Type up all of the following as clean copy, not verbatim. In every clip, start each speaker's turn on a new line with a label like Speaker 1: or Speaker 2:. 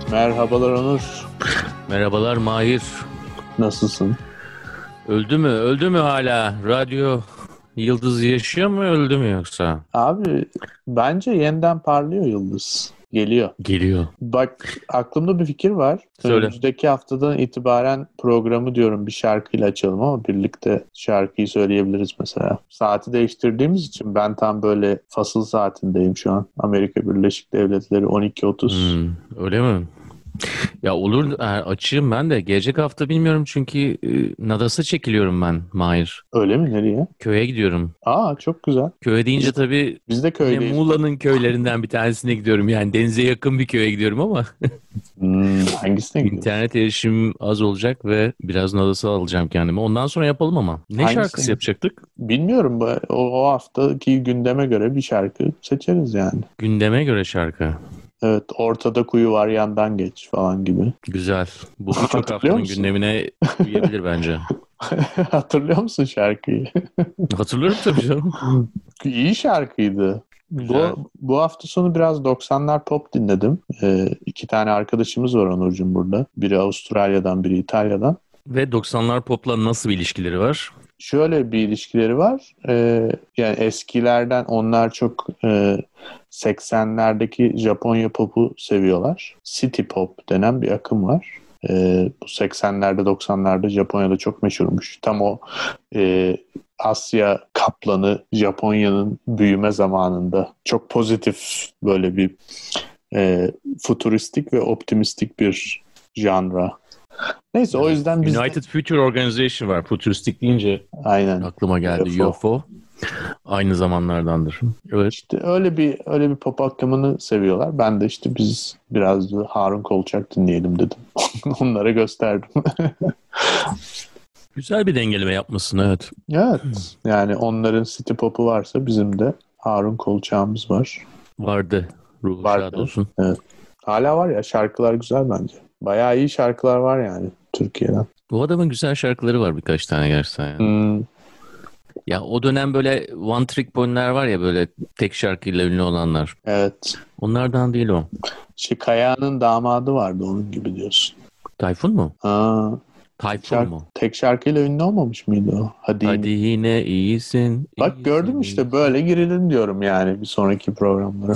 Speaker 1: Merhabalar Onur.
Speaker 2: Merhabalar Mahir.
Speaker 1: Nasılsın?
Speaker 2: Öldü mü? Öldü mü hala? Radyo Yıldız yaşıyor mu, öldü mü yoksa?
Speaker 1: Abi bence yeniden parlıyor yıldız. Geliyor.
Speaker 2: Geliyor.
Speaker 1: Bak aklımda bir fikir var.
Speaker 2: Söyle.
Speaker 1: Önümüzdeki haftadan itibaren programı diyorum bir şarkıyla açalım ama birlikte şarkıyı söyleyebiliriz mesela. Saati değiştirdiğimiz için ben tam böyle fasıl saatindeyim şu an. Amerika Birleşik Devletleri 12:30.
Speaker 2: Öyle mi? Ya olur, açayım ben de. Gelecek hafta bilmiyorum çünkü Nadas'a çekiliyorum ben Mahir.
Speaker 1: Öyle mi? Nereye?
Speaker 2: Köye gidiyorum.
Speaker 1: Aa çok güzel.
Speaker 2: Köye deyince tabii
Speaker 1: Biz de
Speaker 2: yine
Speaker 1: köydeyiz.
Speaker 2: Muğla'nın köylerinden bir tanesine gidiyorum. Yani denize yakın bir köye gidiyorum ama
Speaker 1: Hangisine gidiyorsun?
Speaker 2: internet erişimim az olacak ve biraz Nadas'a alacağım kendimi. Ondan sonra yapalım ama. Ne
Speaker 1: Hangisine
Speaker 2: şarkısı yapacaktık?
Speaker 1: Bilmiyorum. O haftaki gündeme göre bir şarkı seçeriz yani.
Speaker 2: Gündeme göre şarkı.
Speaker 1: Evet, ortada kuyu var yandan geç falan gibi.
Speaker 2: Güzel. Bu birçok
Speaker 1: Hatırlıyor
Speaker 2: haftanın
Speaker 1: musun?
Speaker 2: gündemine uyabilir bence.
Speaker 1: Hatırlıyor musun şarkıyı?
Speaker 2: Hatırlarım tabii canım.
Speaker 1: İyi şarkıydı.
Speaker 2: Güzel.
Speaker 1: Bu hafta sonu biraz 90'lar pop dinledim. İki tane arkadaşımız var Onurcuğum burada. Biri Avustralya'dan, biri İtalya'dan.
Speaker 2: Ve 90'lar pop'la nasıl bir ilişkileri var?
Speaker 1: Şöyle bir ilişkileri var. Yani eskilerden onlar çok 80'lerdeki Japonya pop'u seviyorlar. City pop denen bir akım var. Bu 80'lerde 90'larda Japonya'da çok meşhurmuş. Tam o Asya kaplanı Japonya'nın büyüme zamanında çok pozitif böyle bir futuristik ve optimistik bir janra. Neyse o yüzden biz
Speaker 2: United Future Organization var. Futuristik deyince
Speaker 1: aynen
Speaker 2: aklıma geldi. UFO. Aynı zamanlardandır. Evet.
Speaker 1: İşte öyle bir pop akımını seviyorlar. Ben de işte biz biraz da Harun Kolçak dinleyelim dedim. Onlara gösterdim.
Speaker 2: Güzel bir dengeleme yapmışsın, evet.
Speaker 1: Evet. Yani onların city pop'u varsa bizim de Harun Kolçak'ımız var.
Speaker 2: Vardı. Ruhu şad
Speaker 1: Vardı.
Speaker 2: olsun.
Speaker 1: Evet. Hala var ya, şarkılar güzel bence. Bayağı iyi şarkılar var yani Türkiye'den.
Speaker 2: Bu adamın güzel şarkıları var birkaç tane gerçekten. Yani. Ya o dönem böyle one trick pony'ler var ya, böyle tek şarkıyla ünlü olanlar.
Speaker 1: Evet.
Speaker 2: Onlardan değil o.
Speaker 1: Kaya'nın damadı vardı onun gibi diyorsun.
Speaker 2: Tayfun mu?
Speaker 1: Aa,
Speaker 2: Tayfun mu?
Speaker 1: tek şarkıyla ünlü olmamış mıydı o?
Speaker 2: Hadi yine iyisin.
Speaker 1: Bak
Speaker 2: iyisin,
Speaker 1: gördüm işte,
Speaker 2: iyisin.
Speaker 1: böyle girelim diyorum yani bir sonraki programlara.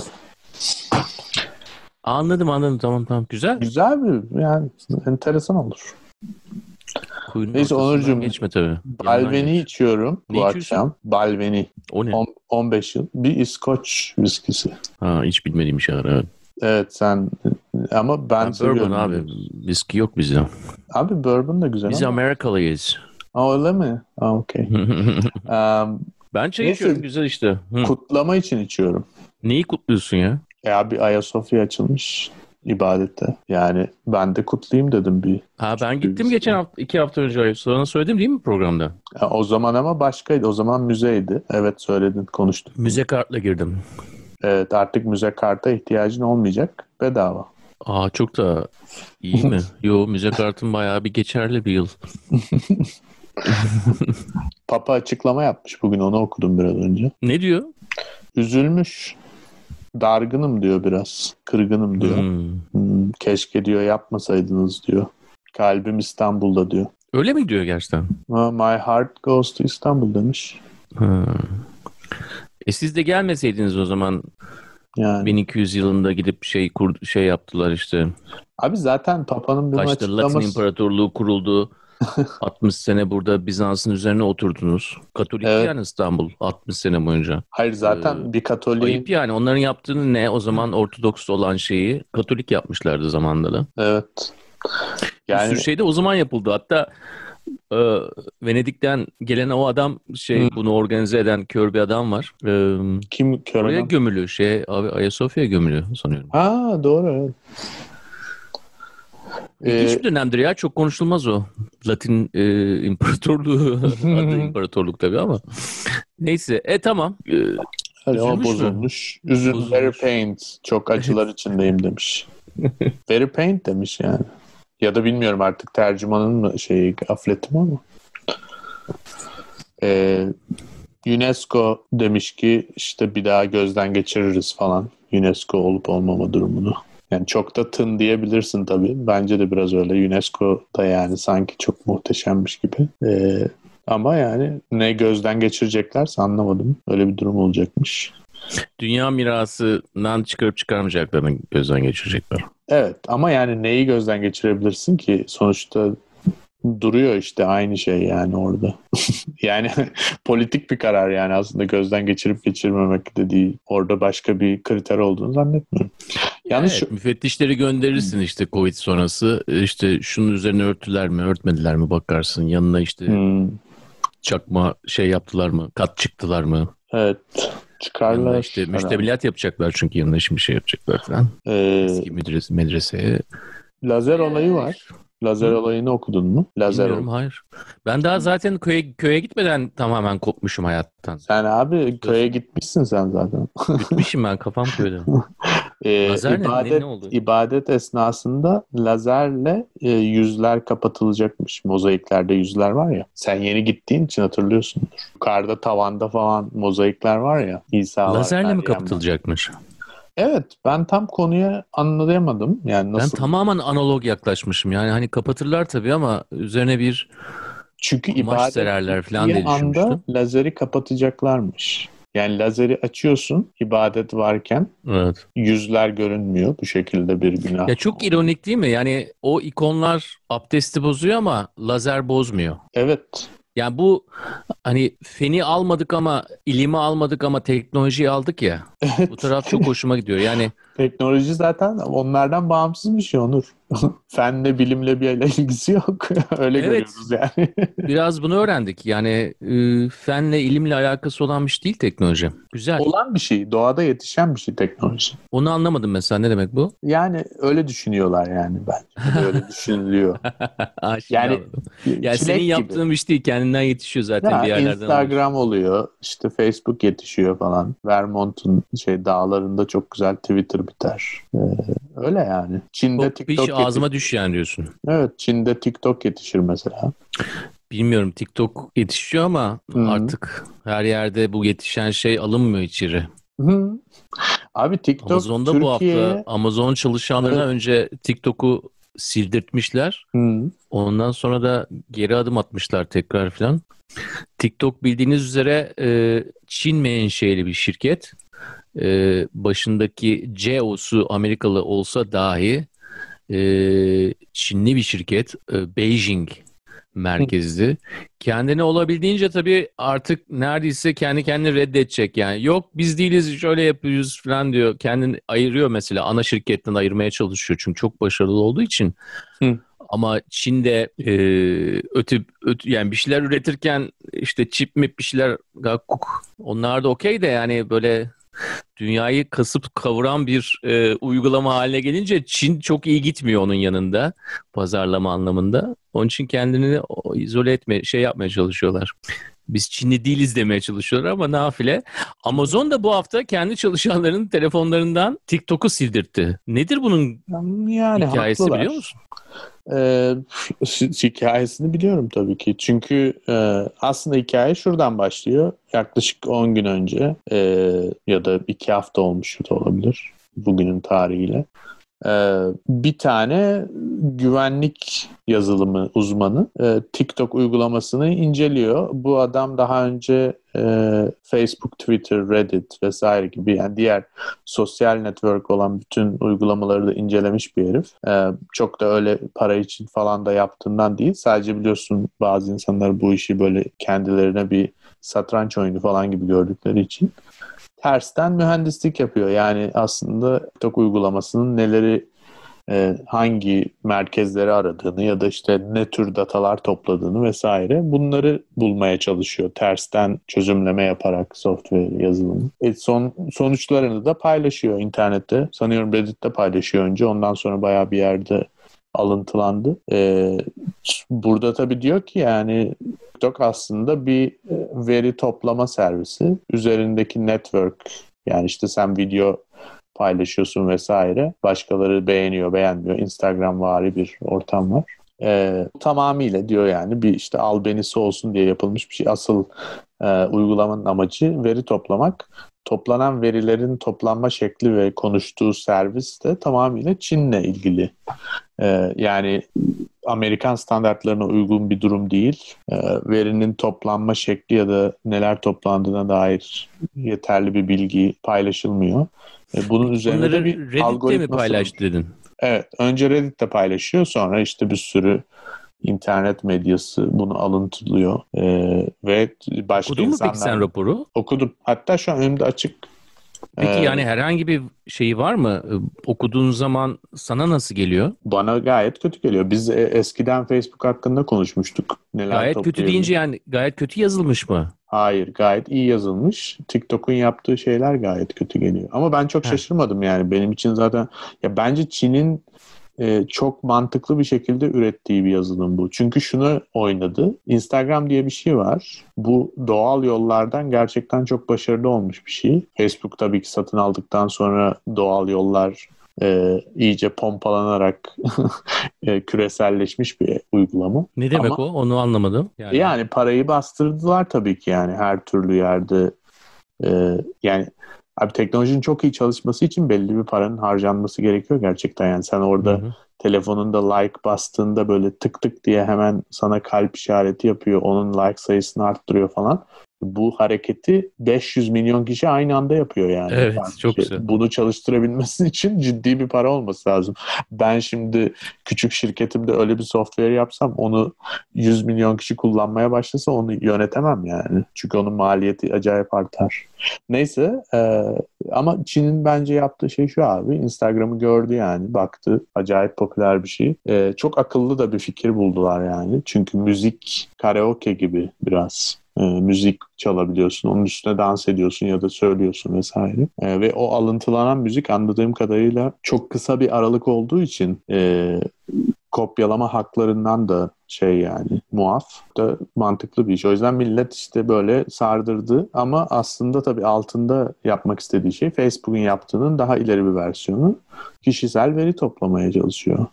Speaker 2: Anladım, tamam. Güzel.
Speaker 1: Güzel bir, yani enteresan olur.
Speaker 2: Kuyunun
Speaker 1: Neyse
Speaker 2: ortasından
Speaker 1: Onurcuğum,
Speaker 2: geçme tabii. Yanından
Speaker 1: Balvenie
Speaker 2: geç.
Speaker 1: içiyorum
Speaker 2: Ne
Speaker 1: bu
Speaker 2: içiyorsun?
Speaker 1: akşam. Balvenie.
Speaker 2: O ne?
Speaker 1: 15 yıl. Bir İskoç viskisi.
Speaker 2: Ha, hiç bilmediğim şeyler, evet.
Speaker 1: Evet sen, ama ben
Speaker 2: Ha,
Speaker 1: seviyorum.
Speaker 2: bourbon abi. Viski yok bizde.
Speaker 1: Abi bourbon da güzel
Speaker 2: Biz
Speaker 1: ama.
Speaker 2: Amerikalıyız.
Speaker 1: Aa, öyle mi? Aa, okey.
Speaker 2: Ben çay
Speaker 1: Neyse,
Speaker 2: içiyorum, güzel işte.
Speaker 1: kutlama için içiyorum.
Speaker 2: Neyi kutluyorsun ya?
Speaker 1: Bir Ayasofya açılmış ibadete. Yani ben de kutlayayım dedim bir.
Speaker 2: Ha, ben
Speaker 1: küçük
Speaker 2: gittim
Speaker 1: bir
Speaker 2: geçen hafta, 2 hafta önce. Sonra söyledim değil mi programda?
Speaker 1: O zaman ama başkaydı. O zaman müzeydi. Evet söyledin, konuştuk.
Speaker 2: Müze kartla girdim.
Speaker 1: Evet, artık müze karta ihtiyacın olmayacak. Bedava.
Speaker 2: Aa, çok da iyi mi? Yo, müze kartım bayağı bir geçerli bir yıl.
Speaker 1: Papa açıklama yapmış bugün, onu okudum biraz önce.
Speaker 2: Ne diyor?
Speaker 1: Üzülmüş. Dargınım diyor biraz. Kırgınım diyor. Keşke diyor yapmasaydınız diyor. Kalbim İstanbul'da diyor.
Speaker 2: Öyle mi diyor gerçekten?
Speaker 1: My heart goes to İstanbul demiş.
Speaker 2: Siz de gelmeseydiniz o zaman,
Speaker 1: Yani.
Speaker 2: 1200 yılında gidip şey yaptılar işte.
Speaker 1: Abi zaten Papa'nın bunu
Speaker 2: Kaçta Latin
Speaker 1: açıklaması...
Speaker 2: İmparatorluğu kuruldu. 60 sene burada Bizans'ın üzerine oturdunuz. Katolik
Speaker 1: Evet.
Speaker 2: yani İstanbul 60 sene boyunca.
Speaker 1: Hayır zaten bir Katolik...
Speaker 2: Ayıp yani, onların yaptığını ne o zaman, Ortodoks olan şeyi Katolik yapmışlardı zamanında da.
Speaker 1: Evet.
Speaker 2: Bir sürü şey de o zaman yapıldı. Hatta Venedik'ten gelen o adam bunu organize eden kör bir adam var.
Speaker 1: Kim kör
Speaker 2: Oraya
Speaker 1: adam?
Speaker 2: gömülü abi, Ayasofya'ya gömülü sanıyorum.
Speaker 1: Ha doğru, evet.
Speaker 2: İlginç bir dönemdir ya, çok konuşulmaz o. Latin İmparatorluğu adı imparatorluk tabii ama. Neyse tamam.
Speaker 1: Hani o
Speaker 2: Üzülmüş mü?
Speaker 1: bozulmuş. Very pained. Çok acılar içindeyim demiş. Very pained demiş yani. Ya da bilmiyorum artık tercümanın mı gafleti mi ama. UNESCO demiş ki işte bir daha gözden geçiririz falan. UNESCO olup olmama durumunu. Yani çok da tın diyebilirsin tabii. Bence de biraz öyle. UNESCO'da yani sanki çok muhteşemmiş gibi. Ama yani ne gözden geçireceklerse anlamadım. Öyle bir durum olacakmış.
Speaker 2: Dünya mirasından çıkarıp çıkarmayacaklarını gözden geçirecekler.
Speaker 1: Evet ama yani neyi gözden geçirebilirsin ki? Sonuçta duruyor işte aynı şey yani orada. Yani politik bir karar yani aslında gözden geçirip geçirmemek de değil. Orada başka bir kriter olduğunu zannetmiyorum. Yalnız
Speaker 2: Evet, müfettişleri gönderirsin işte Covid sonrası. İşte şunun üzerine örttüler mi, örtmediler mi bakarsın. Yanına işte çakma şey yaptılar mı, kat çıktılar mı?
Speaker 1: Evet.
Speaker 2: Yanına
Speaker 1: Çıkarlar.
Speaker 2: işte müştemilat yapacaklar çünkü yanına şimdi şey yapacaklar falan. Eski medreseye.
Speaker 1: Lazer olayı var. Lazer olayını okudun mu? Lazer
Speaker 2: Bilmiyorum,
Speaker 1: olayı.
Speaker 2: hayır. Ben daha zaten köye gitmeden tamamen kopmuşum hayattan.
Speaker 1: Sen abi köye gitmişsin sen zaten.
Speaker 2: Gitmişim ben, kafam köyde. Lazer ne oldu?
Speaker 1: İbadet esnasında lazerle yüzler kapatılacakmış. Mozaiklerde yüzler var ya. Sen yeni gittiğin için hatırlıyorsundur. Yukarıda tavanda falan mozaikler var ya. İsa var,
Speaker 2: Lazerle mi
Speaker 1: Meryem var.
Speaker 2: kapatılacakmış?
Speaker 1: Evet, ben tam konuyu anlayamadım. Yani
Speaker 2: Ben
Speaker 1: nasıl?
Speaker 2: tamamen analog yaklaşmışım. Yani hani kapatırlar tabii ama üzerine bir
Speaker 1: Çünkü
Speaker 2: kumaş
Speaker 1: ibadet
Speaker 2: sererler falan
Speaker 1: bittiği
Speaker 2: diye
Speaker 1: anda
Speaker 2: düşünmüştüm.
Speaker 1: lazeri kapatacaklarmış. Yani lazeri açıyorsun ibadet varken
Speaker 2: Evet.
Speaker 1: yüzler görünmüyor. Bu şekilde bir günah.
Speaker 2: Ya çok ironik değil mi? Yani o ikonlar abdesti bozuyor ama lazer bozmuyor.
Speaker 1: Evet.
Speaker 2: Yani bu hani feni almadık ama ilimi almadık ama teknolojiyi aldık ya. Bu
Speaker 1: Evet.
Speaker 2: taraf çok hoşuma gidiyor. Yani
Speaker 1: Teknoloji zaten onlardan bağımsız bir şey Onur. Fenle, bilimle bir ilgisi yok. Öyle
Speaker 2: evet,
Speaker 1: görüyoruz yani.
Speaker 2: biraz bunu öğrendik. Yani fenle ilimle alakası olan bir şey değil teknoloji. Güzel.
Speaker 1: Olan bir şey. Doğada yetişen bir şey teknoloji.
Speaker 2: Onu anlamadım mesela, ne demek bu?
Speaker 1: Yani öyle düşünüyorlar yani bence. Ya da öyle düşünülüyor.
Speaker 2: Şimdi
Speaker 1: Yani
Speaker 2: anladım. Ya senin
Speaker 1: çilek gibi.
Speaker 2: yaptığın iş değil, kendinden yetişiyor zaten, bir
Speaker 1: Ya
Speaker 2: yerlerden alıyorsun.
Speaker 1: Instagram oluyor, işte Facebook yetişiyor falan. Vermont'un dağlarında çok güzel Twitter biter. Öyle yani. Çin'de
Speaker 2: Çok piş
Speaker 1: TikTok
Speaker 2: ağzıma
Speaker 1: yetişir.
Speaker 2: düş yani diyorsun.
Speaker 1: Evet, Çin'de TikTok yetişir mesela.
Speaker 2: Bilmiyorum, TikTok yetişiyor ama
Speaker 1: Hı.
Speaker 2: artık her yerde bu yetişen şey alınmıyor içeri.
Speaker 1: Hı. Abi TikTok
Speaker 2: Amazon'da bu hafta
Speaker 1: Türkiye'ye
Speaker 2: Amazon çalışanlarına
Speaker 1: evet.
Speaker 2: önce TikTok'u sildirtmişler.
Speaker 1: Hı.
Speaker 2: Ondan sonra da geri adım atmışlar tekrar falan. TikTok bildiğiniz üzere Çin menşeli bir şirket. Başındaki CEO'su Amerikalı olsa dahi Çinli bir şirket. Beijing
Speaker 1: Hı.
Speaker 2: merkezli. Kendini olabildiğince tabii artık neredeyse kendi kendini reddedecek yani. Yok biz değiliz, şöyle yapıyoruz falan diyor. Kendini ayırıyor mesela, ana şirketten ayırmaya çalışıyor çünkü çok başarılı olduğu için.
Speaker 1: Hı.
Speaker 2: Ama Çin'de yani bir şeyler üretirken işte çip mi bir şeyler gakkuk, onlar da okey de yani böyle dünyayı kasıp kavuran bir uygulama haline gelince Çin çok iyi gitmiyor onun yanında, pazarlama anlamında. Onun için kendini izole şey yapmaya çalışıyorlar. Biz Çinli değiliz demeye çalışıyorlar ama nafile. Amazon da bu hafta kendi çalışanlarının telefonlarından TikTok'u sildirtti. Nedir bunun
Speaker 1: Yani
Speaker 2: hikayesi, biliyor
Speaker 1: haklılar.
Speaker 2: musun?
Speaker 1: Ee, Hikayesini biliyorum tabii ki. Çünkü aslında hikaye şuradan başlıyor. Yaklaşık 10 gün önce ya da 2 hafta olmuş da olabilir bugünün tarihiyle. Bir tane güvenlik yazılımı uzmanı TikTok uygulamasını inceliyor. Bu adam daha önce Facebook, Twitter, Reddit vesaire gibi yani diğer sosyal network olan bütün uygulamaları da incelemiş bir herif. Çok da öyle para için falan da yaptığından değil. Sadece biliyorsun bazı insanlar bu işi böyle kendilerine bir satranç oyunu falan gibi gördükleri için tersten mühendislik yapıyor. Yani aslında TikTok uygulamasının neleri hangi merkezleri aradığını ya da işte ne tür datalar topladığını vesaire bunları bulmaya çalışıyor. Tersten çözümleme yaparak software yazılımı. Sonuçlarını da paylaşıyor internette. Sanıyorum Reddit'te paylaşıyor önce. Ondan sonra bayağı bir yerde alıntılandı. Burada tabii diyor ki yani TikTok aslında bir veri toplama servisi. Üzerindeki network yani işte sen video paylaşıyorsun vesaire. Başkaları beğeniyor, beğenmiyor. Instagram-vari bir ortam var. Tamamıyla diyor yani bir işte albenisi olsun diye yapılmış bir şey. Asıl uygulamanın amacı veri toplamak. toplanan verilerin toplanma şekli ve konuştuğu servis de tamamıyla Çin'le ilgili. Yani Amerikan standartlarına uygun bir durum değil. Verinin toplanma şekli ya da neler toplandığına dair yeterli bir bilgi paylaşılmıyor. Bunun üzerine
Speaker 2: Bunları
Speaker 1: de bir
Speaker 2: Reddit'te mi
Speaker 1: algoritması var.
Speaker 2: paylaştı dedin?
Speaker 1: Evet, önce Reddit'te paylaşıyor, sonra işte bir sürü internet medyası bunu alıntılıyor ve başka
Speaker 2: Okudun mu peki
Speaker 1: insanlar
Speaker 2: sen raporu?
Speaker 1: okudum. Hatta şu an önümde açık.
Speaker 2: Peki
Speaker 1: Ee,
Speaker 2: yani herhangi bir şeyi var mı? Okuduğun zaman sana nasıl geliyor?
Speaker 1: Bana gayet kötü geliyor. Biz eskiden Facebook hakkında konuşmuştuk. Neler
Speaker 2: Gayet kötü
Speaker 1: toplayabilir.
Speaker 2: deyince yani gayet kötü yazılmış mı?
Speaker 1: Hayır, gayet iyi yazılmış. TikTok'un yaptığı şeyler gayet kötü geliyor. Ama ben çok
Speaker 2: Heh.
Speaker 1: şaşırmadım yani. Benim için zaten ya bence Çin'in çok mantıklı bir şekilde ürettiği bir yazılım bu. Çünkü şunu oynadı. Instagram diye bir şey var. Bu doğal yollardan gerçekten çok başarılı olmuş bir şey. Facebook tabii ki satın aldıktan sonra doğal yollar iyice pompalanarak küreselleşmiş bir uygulama.
Speaker 2: Ne demek
Speaker 1: Ama
Speaker 2: o? Onu anlamadım.
Speaker 1: yani parayı bastırdılar tabii ki yani her türlü yerde. Yani abi teknolojinin çok iyi çalışması için belli bir paranın harcanması gerekiyor gerçekten. Yani sen orada
Speaker 2: Hı hı.
Speaker 1: telefonunda like bastığında böyle tık tık diye hemen sana kalp işareti yapıyor. Onun like sayısını arttırıyor falan. Bu hareketi 500 milyon kişi aynı anda yapıyor yani.
Speaker 2: Evet, çok güzel.
Speaker 1: Bunu çalıştırabilmesi için ciddi bir para olması lazım. Ben şimdi küçük şirketimde öyle bir software yapsam onu 100 milyon kişi kullanmaya başlasa onu yönetemem yani. Çünkü onun maliyeti acayip artar. Neyse ama Çin'in bence yaptığı şey şu abi. Instagram'ı gördü yani baktı. Acayip popüler bir şey. Çok akıllı da bir fikir buldular yani. Çünkü müzik karaoke gibi biraz. Müzik çalabiliyorsun. Onun üstüne dans ediyorsun ya da söylüyorsun vesaire. Ve o alıntılanan müzik anladığım kadarıyla çok kısa bir aralık olduğu için kopyalama haklarından da yani muaf da mantıklı bir iş. O yüzden millet işte böyle sardırdı ama aslında tabii altında yapmak istediği şey Facebook'un yaptığının daha ileri bir versiyonu. Kişisel veri toplamaya çalışıyor.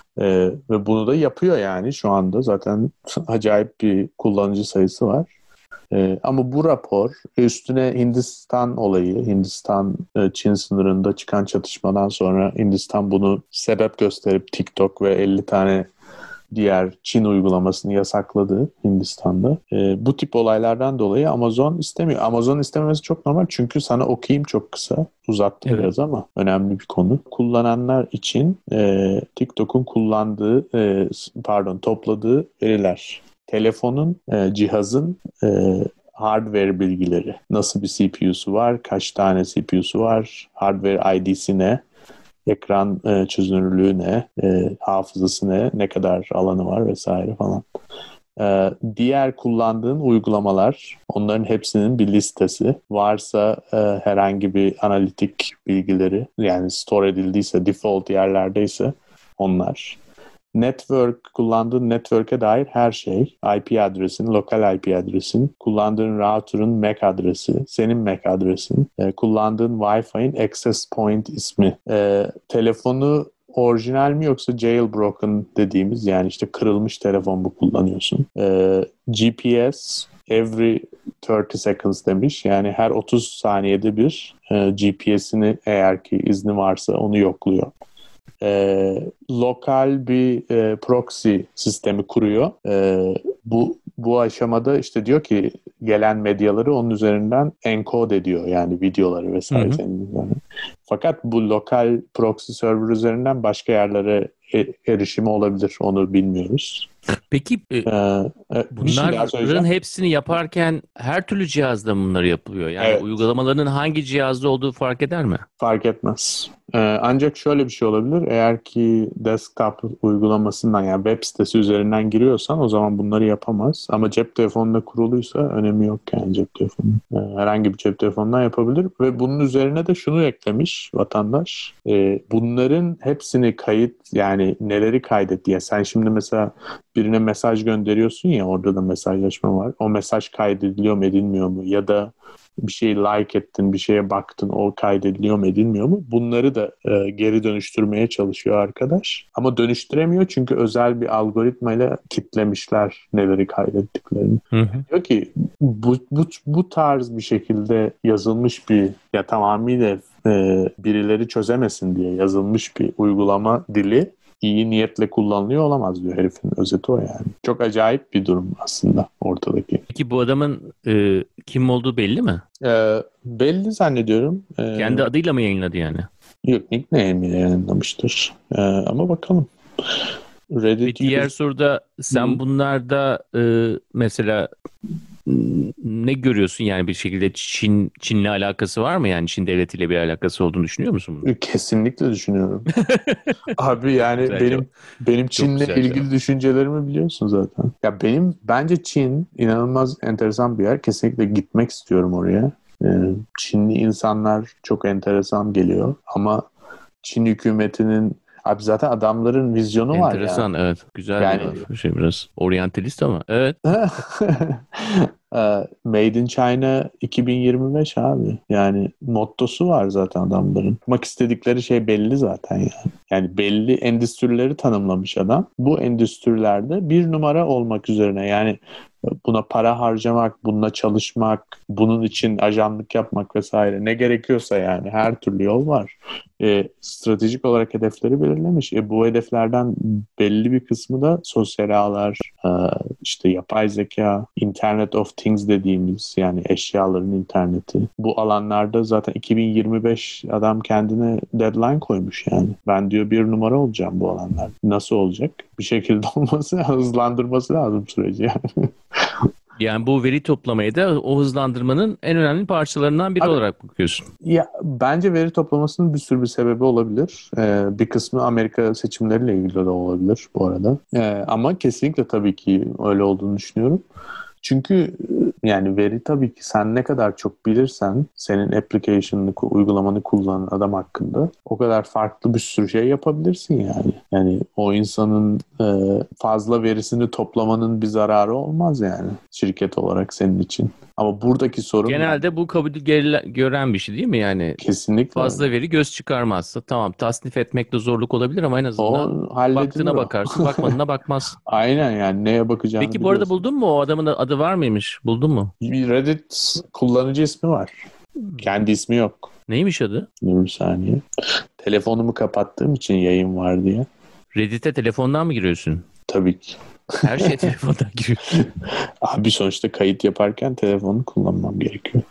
Speaker 1: Ve bunu da yapıyor yani şu anda zaten acayip bir kullanıcı sayısı var. Ama bu rapor üstüne Hindistan olayı, Hindistan-Çin sınırında çıkan çatışmadan sonra Hindistan bunu sebep gösterip TikTok ve 50 tane diğer Çin uygulamasını yasakladı Hindistan'da. Bu tip olaylardan dolayı Amazon istemiyor. Amazon istememesi çok normal çünkü sana okuyayım çok kısa. Uzattım
Speaker 2: Evet.
Speaker 1: biraz ama önemli bir konu. Kullananlar için TikTok'un topladığı veriler. Telefonun, cihazın hardware bilgileri. Nasıl bir CPU'su var, kaç tane CPU'su var, hardware ID'si ne, ekran çözünürlüğü ne, hafızası ne kadar alanı var vesaire falan. Diğer kullandığın uygulamalar, onların hepsinin bir listesi. Varsa herhangi bir analitik bilgileri, yani store edildiyse, default yerlerdeyse onlar. Kullandığın network'e dair her şey, IP adresin, lokal IP adresin, kullandığın router'ın MAC adresi, senin MAC adresin, kullandığın Wi-Fi'nin access point ismi, telefonu orijinal mi yoksa jailbroken dediğimiz yani işte kırılmış telefon mu kullanıyorsun? GPS every 30 seconds demiş. Yani her 30 saniyede bir GPS'ini eğer ki izni varsa onu yokluyor. Lokal bir proxy sistemi kuruyor. Bu aşamada işte diyor ki gelen medyaları onun üzerinden encode ediyor yani videoları vesaire.
Speaker 2: Hı hı.
Speaker 1: Fakat bu lokal proxy server üzerinden başka yerlere erişimi olabilir. Onu bilmiyoruz.
Speaker 2: Peki
Speaker 1: Bir şey daha
Speaker 2: bunların
Speaker 1: söyleyeceğim.
Speaker 2: hepsini yaparken her türlü cihazda bunları yapılıyor. Yani
Speaker 1: Evet.
Speaker 2: uygulamaların hangi cihazda olduğu fark eder mi?
Speaker 1: Fark etmez. Ancak şöyle bir şey olabilir. Eğer ki desktop uygulamasından yani web sitesi üzerinden giriyorsan o zaman bunları yapamaz. Ama cep telefonunda kuruluysa önemi yok yani cep telefonu. Herhangi bir cep telefonundan yapabilir. Ve bunun üzerine de şunu eklemiş vatandaş. Bunların hepsini kayıt yani neleri kaydet diye. Sen şimdi mesela birine mesaj gönderiyorsun ya, orada da mesajlaşma var. O mesaj kaydediliyor mu edilmiyor mu? Ya da bir şeyi like ettin, bir şeye baktın, o kaydediliyor mu edilmiyor mu? Bunları da geri dönüştürmeye çalışıyor arkadaş. Ama dönüştüremiyor çünkü özel bir algoritmayla kitlemişler neleri kaydettiklerini.
Speaker 2: Hı hı.
Speaker 1: Diyor ki bu tarz bir şekilde yazılmış bir, ya tamamıyla birileri çözemesin diye yazılmış bir uygulama dili iyi niyetle kullanılıyor olamaz diyor, herifin özeti o yani. Çok acayip bir durum aslında ortadaki.
Speaker 2: Peki bu adamın kim olduğu belli mi?
Speaker 1: Belli zannediyorum.
Speaker 2: Kendi adıyla mı yayınladı yani?
Speaker 1: Yok, nickname yayınlamıştır. Ama bakalım.
Speaker 2: Bir diğer soruda sen bunlarda mesela ne görüyorsun yani, bir şekilde Çin'le alakası var mı, yani Çin devletiyle bir alakası olduğunu düşünüyor musun bunu?
Speaker 1: Kesinlikle düşünüyorum. Abi yani
Speaker 2: Güzel
Speaker 1: benim Çin'le ilgili düşüncelerimi biliyorsun zaten. Ya bence Çin inanılmaz enteresan bir yer. Kesinlikle gitmek istiyorum oraya. Çinli insanlar çok enteresan geliyor ama Çin hükümetinin, abi zaten adamların vizyonu var ya.
Speaker 2: Enteresan, evet. Güzel
Speaker 1: yani,
Speaker 2: bir şey, biraz oryantalist ama evet.
Speaker 1: Made in China 2025 abi. Yani mottosu var zaten adamların. Yapmak istedikleri şey belli zaten yani. Yani belli endüstrileri tanımlamış adam. Bu endüstrilerde bir numara olmak üzerine, yani buna para harcamak, bununla çalışmak, bunun için ajanlık yapmak vesaire ne gerekiyorsa yani her türlü yol var. Stratejik olarak hedefleri belirlemiş. Bu hedeflerden belli bir kısmı da sosyal ağlar, işte yapay zeka, Internet of Things dediğimiz, yani eşyaların interneti. Bu alanlarda zaten 2025 adam kendine deadline koymuş yani. Ben diyor bir numara olacağım bu alanlar. Nasıl olacak? Bir şekilde olması, hızlandırması lazım süreci yani.
Speaker 2: Yani bu veri toplamayı da o hızlandırmanın en önemli parçalarından biri olarak bakıyorsun.
Speaker 1: Ya bence veri toplamasının bir sürü bir sebebi olabilir. Bir kısmı Amerika seçimleriyle ilgili de olabilir bu arada. Ama kesinlikle tabii ki öyle olduğunu düşünüyorum. Çünkü yani veri, tabii ki sen ne kadar çok bilirsen senin application'ını, uygulamanı kullanan adam hakkında o kadar farklı bir sürü şey yapabilirsin yani. Yani o insanın fazla verisini toplamanın bir zararı olmaz yani şirket olarak senin için. Ama buradaki sorun
Speaker 2: genelde yani, bu kabul gören bir şey değil mi yani?
Speaker 1: Kesinlikle.
Speaker 2: Fazla veri göz çıkarmazsa tamam, tasnif etmekte zorluk olabilir ama en azından baktığına bakarsın, bakmadığına bakmazsın.
Speaker 1: Aynen, yani neye bakacağını
Speaker 2: Peki bu arada buldun mu? O adamın adı var mıymış? Buldun mu?
Speaker 1: Bir Reddit kullanıcı ismi var. Kendi ismi yok.
Speaker 2: Neymiş adı?
Speaker 1: Bir saniye. Telefonumu kapattığım için yayın var diye.
Speaker 2: Reddit'e telefondan mı giriyorsun?
Speaker 1: Tabii ki.
Speaker 2: Her şey telefondan giriyorsun.
Speaker 1: Abi sonuçta kayıt yaparken telefonu kullanmam gerekiyor.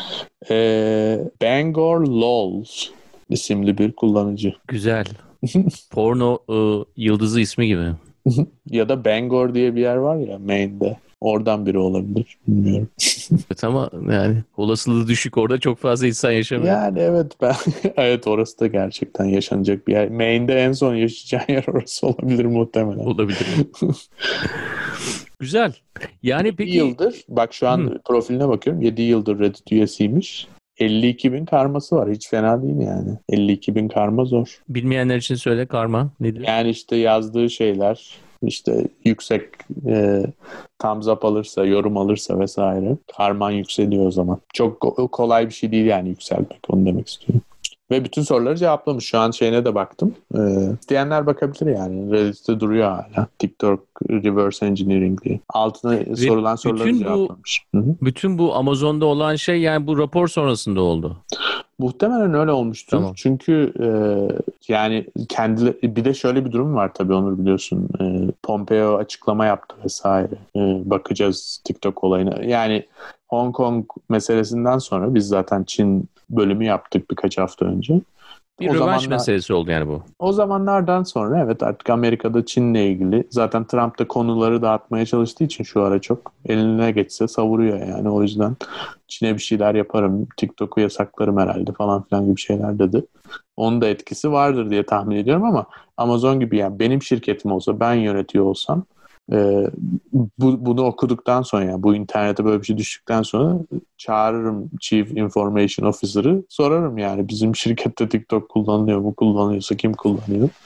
Speaker 1: Bangor Lols isimli bir kullanıcı.
Speaker 2: Güzel. Porno yıldızı ismi gibi.
Speaker 1: Ya da Bangor diye bir yer var ya Maine'de. Oradan biri olabilir. Bilmiyorum.
Speaker 2: Evet ama yani olasılığı düşük, orada çok fazla insan yaşamıyor.
Speaker 1: Yani evet, evet, orası da gerçekten yaşanacak bir yer. Maine'de en son yaşayacağın yer orası olabilir muhtemelen.
Speaker 2: Olabilir. Güzel. Yani
Speaker 1: 7
Speaker 2: peki...
Speaker 1: yıldır, bak şu an profiline bakıyorum, 7 yıldır Reddit üyesiymiş. 52.000 karması var. Hiç fena değil yani. 52.000 karma zor.
Speaker 2: Bilmeyenler için söyle, karma nedir?
Speaker 1: Yani işte yazdığı şeyler, işte yüksek thumbs up alırsa, yorum alırsa vesaire, karman yükseliyor o zaman. Çok kolay bir şey değil yani yükselmek, onu demek istiyorum. Ve bütün soruları cevaplamış. Şu an şeyine de baktım. İsteyenler bakabilir yani. Reddit'te duruyor hala. TikTok Reverse Engineering diye. Altına sorulan soruları cevaplamış.
Speaker 2: Bütün bu Amazon'da olan şey yani bu rapor sonrasında oldu.
Speaker 1: Muhtemelen öyle olmuştur. Tamam. Çünkü yani bir de şöyle bir durum var tabii, Onur, biliyorsun. Pompeo açıklama yaptı vesaire. Bakacağız TikTok olayına. Yani Hong Kong meselesinden sonra biz zaten Çin bölümü yaptık birkaç hafta önce.
Speaker 2: Bir rövanş meselesi oldu yani bu.
Speaker 1: O zamanlardan sonra evet, artık Amerika'da Çin'le ilgili zaten Trump da konuları dağıtmaya çalıştığı için şu ara çok eline geçse savuruyor yani. O yüzden Çin'e bir şeyler yaparım, TikTok'u yasaklarım herhalde falan filan gibi şeyler dedi. Onun da etkisi vardır diye tahmin ediyorum ama Amazon gibi, yani benim şirketim olsa, ben yönetiyor olsam bunu okuduktan sonra, yani bu internete böyle bir şey düştükten sonra çağırırım Chief Information Officer'ı, sorarım yani bizim şirkette TikTok kullanılıyor mu, kullanıyorsa kim kullanıyor?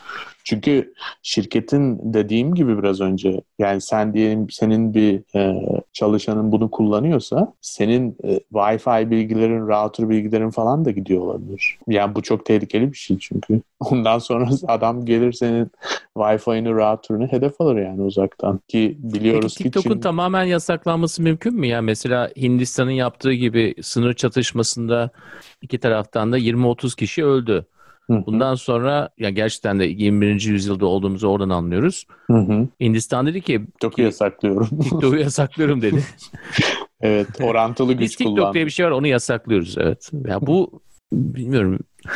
Speaker 1: Çünkü şirketin dediğim gibi biraz önce yani sen diyelim senin bir çalışanın bunu kullanıyorsa senin Wi-Fi bilgilerin, router bilgilerin falan da gidiyor olabilir. Yani bu çok tehlikeli bir şey çünkü. Ondan sonra adam gelir senin Wi-Fi'ni, router'ını hedef alır yani uzaktan. Ki biliyoruz
Speaker 2: Peki TikTok'un
Speaker 1: ki
Speaker 2: tamamen yasaklanması mümkün mü? Yani mesela Hindistan'ın yaptığı gibi sınır çatışmasında iki taraftan da 20-30 kişi öldü.
Speaker 1: Hı hı.
Speaker 2: Bundan sonra ya gerçekten de 21. yüzyılda olduğumuzu oradan anlıyoruz.
Speaker 1: Hı hı.
Speaker 2: Hindistan dedi ki
Speaker 1: TikTok'u yasaklıyorum.
Speaker 2: TikTok'u yasaklıyorum dedi.
Speaker 1: Evet, orantılı
Speaker 2: Biz
Speaker 1: güç
Speaker 2: TikTok diye
Speaker 1: kullandı.
Speaker 2: bir şey var, onu yasaklıyoruz, evet. Ya bu bilmiyorum.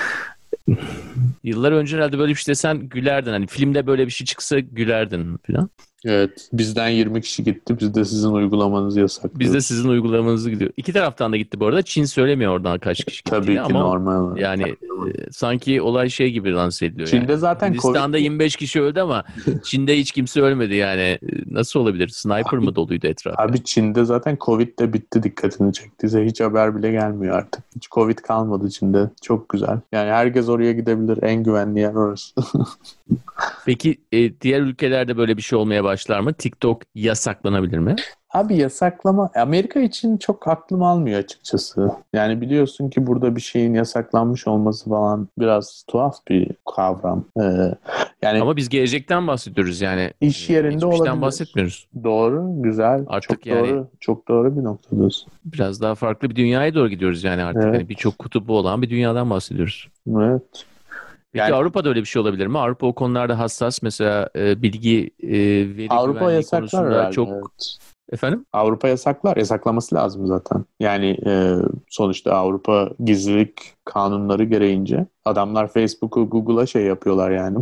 Speaker 2: Yıllar önce herhalde böyle bir şey desen gülerdin. Hani filmde böyle bir şey çıksa gülerdin falan.
Speaker 1: Evet, bizden 20 kişi gitti. Biz de sizin uygulamanızı
Speaker 2: Biz de
Speaker 1: yasaklıyoruz.
Speaker 2: sizin uygulamanızı gidiyor. İki taraftan da gitti bu arada. Çin söylemiyor oradan kaç kişi gittiğini
Speaker 1: Tabii ki
Speaker 2: ama
Speaker 1: normal olarak.
Speaker 2: yani sanki olay şey gibi lanse ediliyor yani.
Speaker 1: Çin'de zaten Covid
Speaker 2: Hindistan'da 25 kişi öldü ama Çin'de hiç kimse ölmedi yani. Nasıl olabilir? Sniper mı doluydu etraf yani?
Speaker 1: Abi Çin'de zaten Covid de bitti, dikkatini çektiyse hiç haber bile gelmiyor artık. Hiç Covid kalmadı Çin'de. Çok güzel. Yani herkes oraya gidebilir. En güvenli yer orası.
Speaker 2: Peki diğer ülkelerde böyle bir şey olmaya başlar mı? TikTok yasaklanabilir mi?
Speaker 1: Abi yasaklama Amerika için çok aklım almıyor açıkçası. Yani biliyorsun ki burada bir şeyin yasaklanmış olması falan biraz tuhaf bir kavram. Yani
Speaker 2: Ama biz gelecekten bahsediyoruz yani.
Speaker 1: iş yerinde
Speaker 2: Geçmişten
Speaker 1: olabilir.
Speaker 2: bahsetmiyoruz.
Speaker 1: Doğru, güzel.
Speaker 2: Artık
Speaker 1: Çok
Speaker 2: yani
Speaker 1: doğru. Çok doğru bir noktadasın.
Speaker 2: biraz daha farklı bir dünyaya doğru gidiyoruz yani artık.
Speaker 1: Evet,
Speaker 2: Hani birçok kutubu olan bir dünyadan bahsediyoruz.
Speaker 1: evet.
Speaker 2: Peki
Speaker 1: Yani
Speaker 2: Avrupa'da öyle bir şey olabilir mi? Avrupa o konularda hassas. Mesela bilgi, veri
Speaker 1: Avrupa
Speaker 2: güvenliği
Speaker 1: yasaklar
Speaker 2: konusunda
Speaker 1: herhalde.
Speaker 2: çok...
Speaker 1: Evet.
Speaker 2: Efendim?
Speaker 1: Avrupa yasaklar. Yasaklaması lazım zaten. Yani sonuçta Avrupa gizlilik kanunları gereğince adamlar Facebook'u, Google'a şey yapıyorlar yani.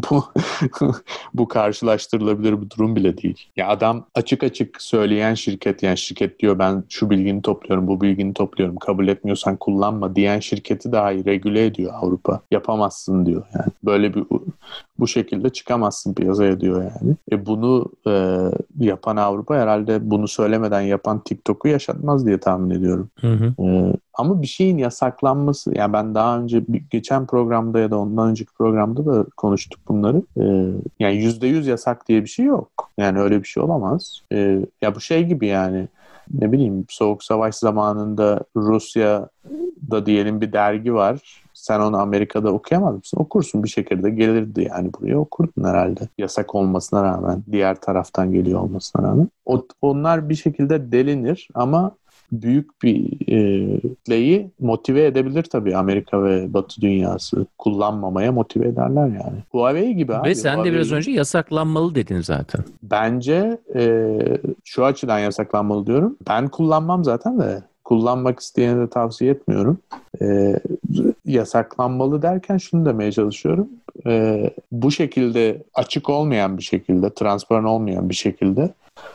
Speaker 1: Bu karşılaştırılabilir bir durum bile değil. Ya adam açık açık söyleyen şirket, yani şirket diyor ben şu bilgini topluyorum, bu bilgini topluyorum. Kabul etmiyorsan kullanma diyen şirketi dahi regüle ediyor Avrupa. Yapamazsın diyor yani. Böyle bir bu şekilde çıkamazsın piyasaya diyor yani. Bunu yapan Avrupa herhalde bunu söylemeden yapan TikTok'u yaşatmaz diye tahmin ediyorum.
Speaker 2: Hı hı.
Speaker 1: Ama bir şeyin yasaklanması, yani ben daha önce geçen programda ya da ondan önceki programda da konuştuk bunları. Yani %100 yasak diye bir şey yok. Yani öyle bir şey olamaz. Ya bu şey gibi yani ne bileyim Soğuk Savaş zamanında Rusya'da diyelim bir dergi var. Sen onu Amerika'da okuyamaz mısın? Okursun bir şekilde gelirdi yani buraya okurdun herhalde. Yasak olmasına rağmen, diğer taraftan geliyor olmasına rağmen. Onlar bir şekilde delinir ama büyük bir kitleyi motive edebilir tabii Amerika ve Batı dünyası. Kullanmamaya motive ederler yani. Huawei gibi
Speaker 2: Ve
Speaker 1: abi.
Speaker 2: sen de biraz
Speaker 1: Huawei
Speaker 2: önce yasaklanmalı dedin zaten.
Speaker 1: bence şu açıdan yasaklanmalı diyorum. Ben kullanmam zaten de. Kullanmak isteyene de tavsiye etmiyorum. Yasaklanmalı derken şunu demeye çalışıyorum. Bu şekilde açık olmayan bir şekilde, transparan olmayan bir şekilde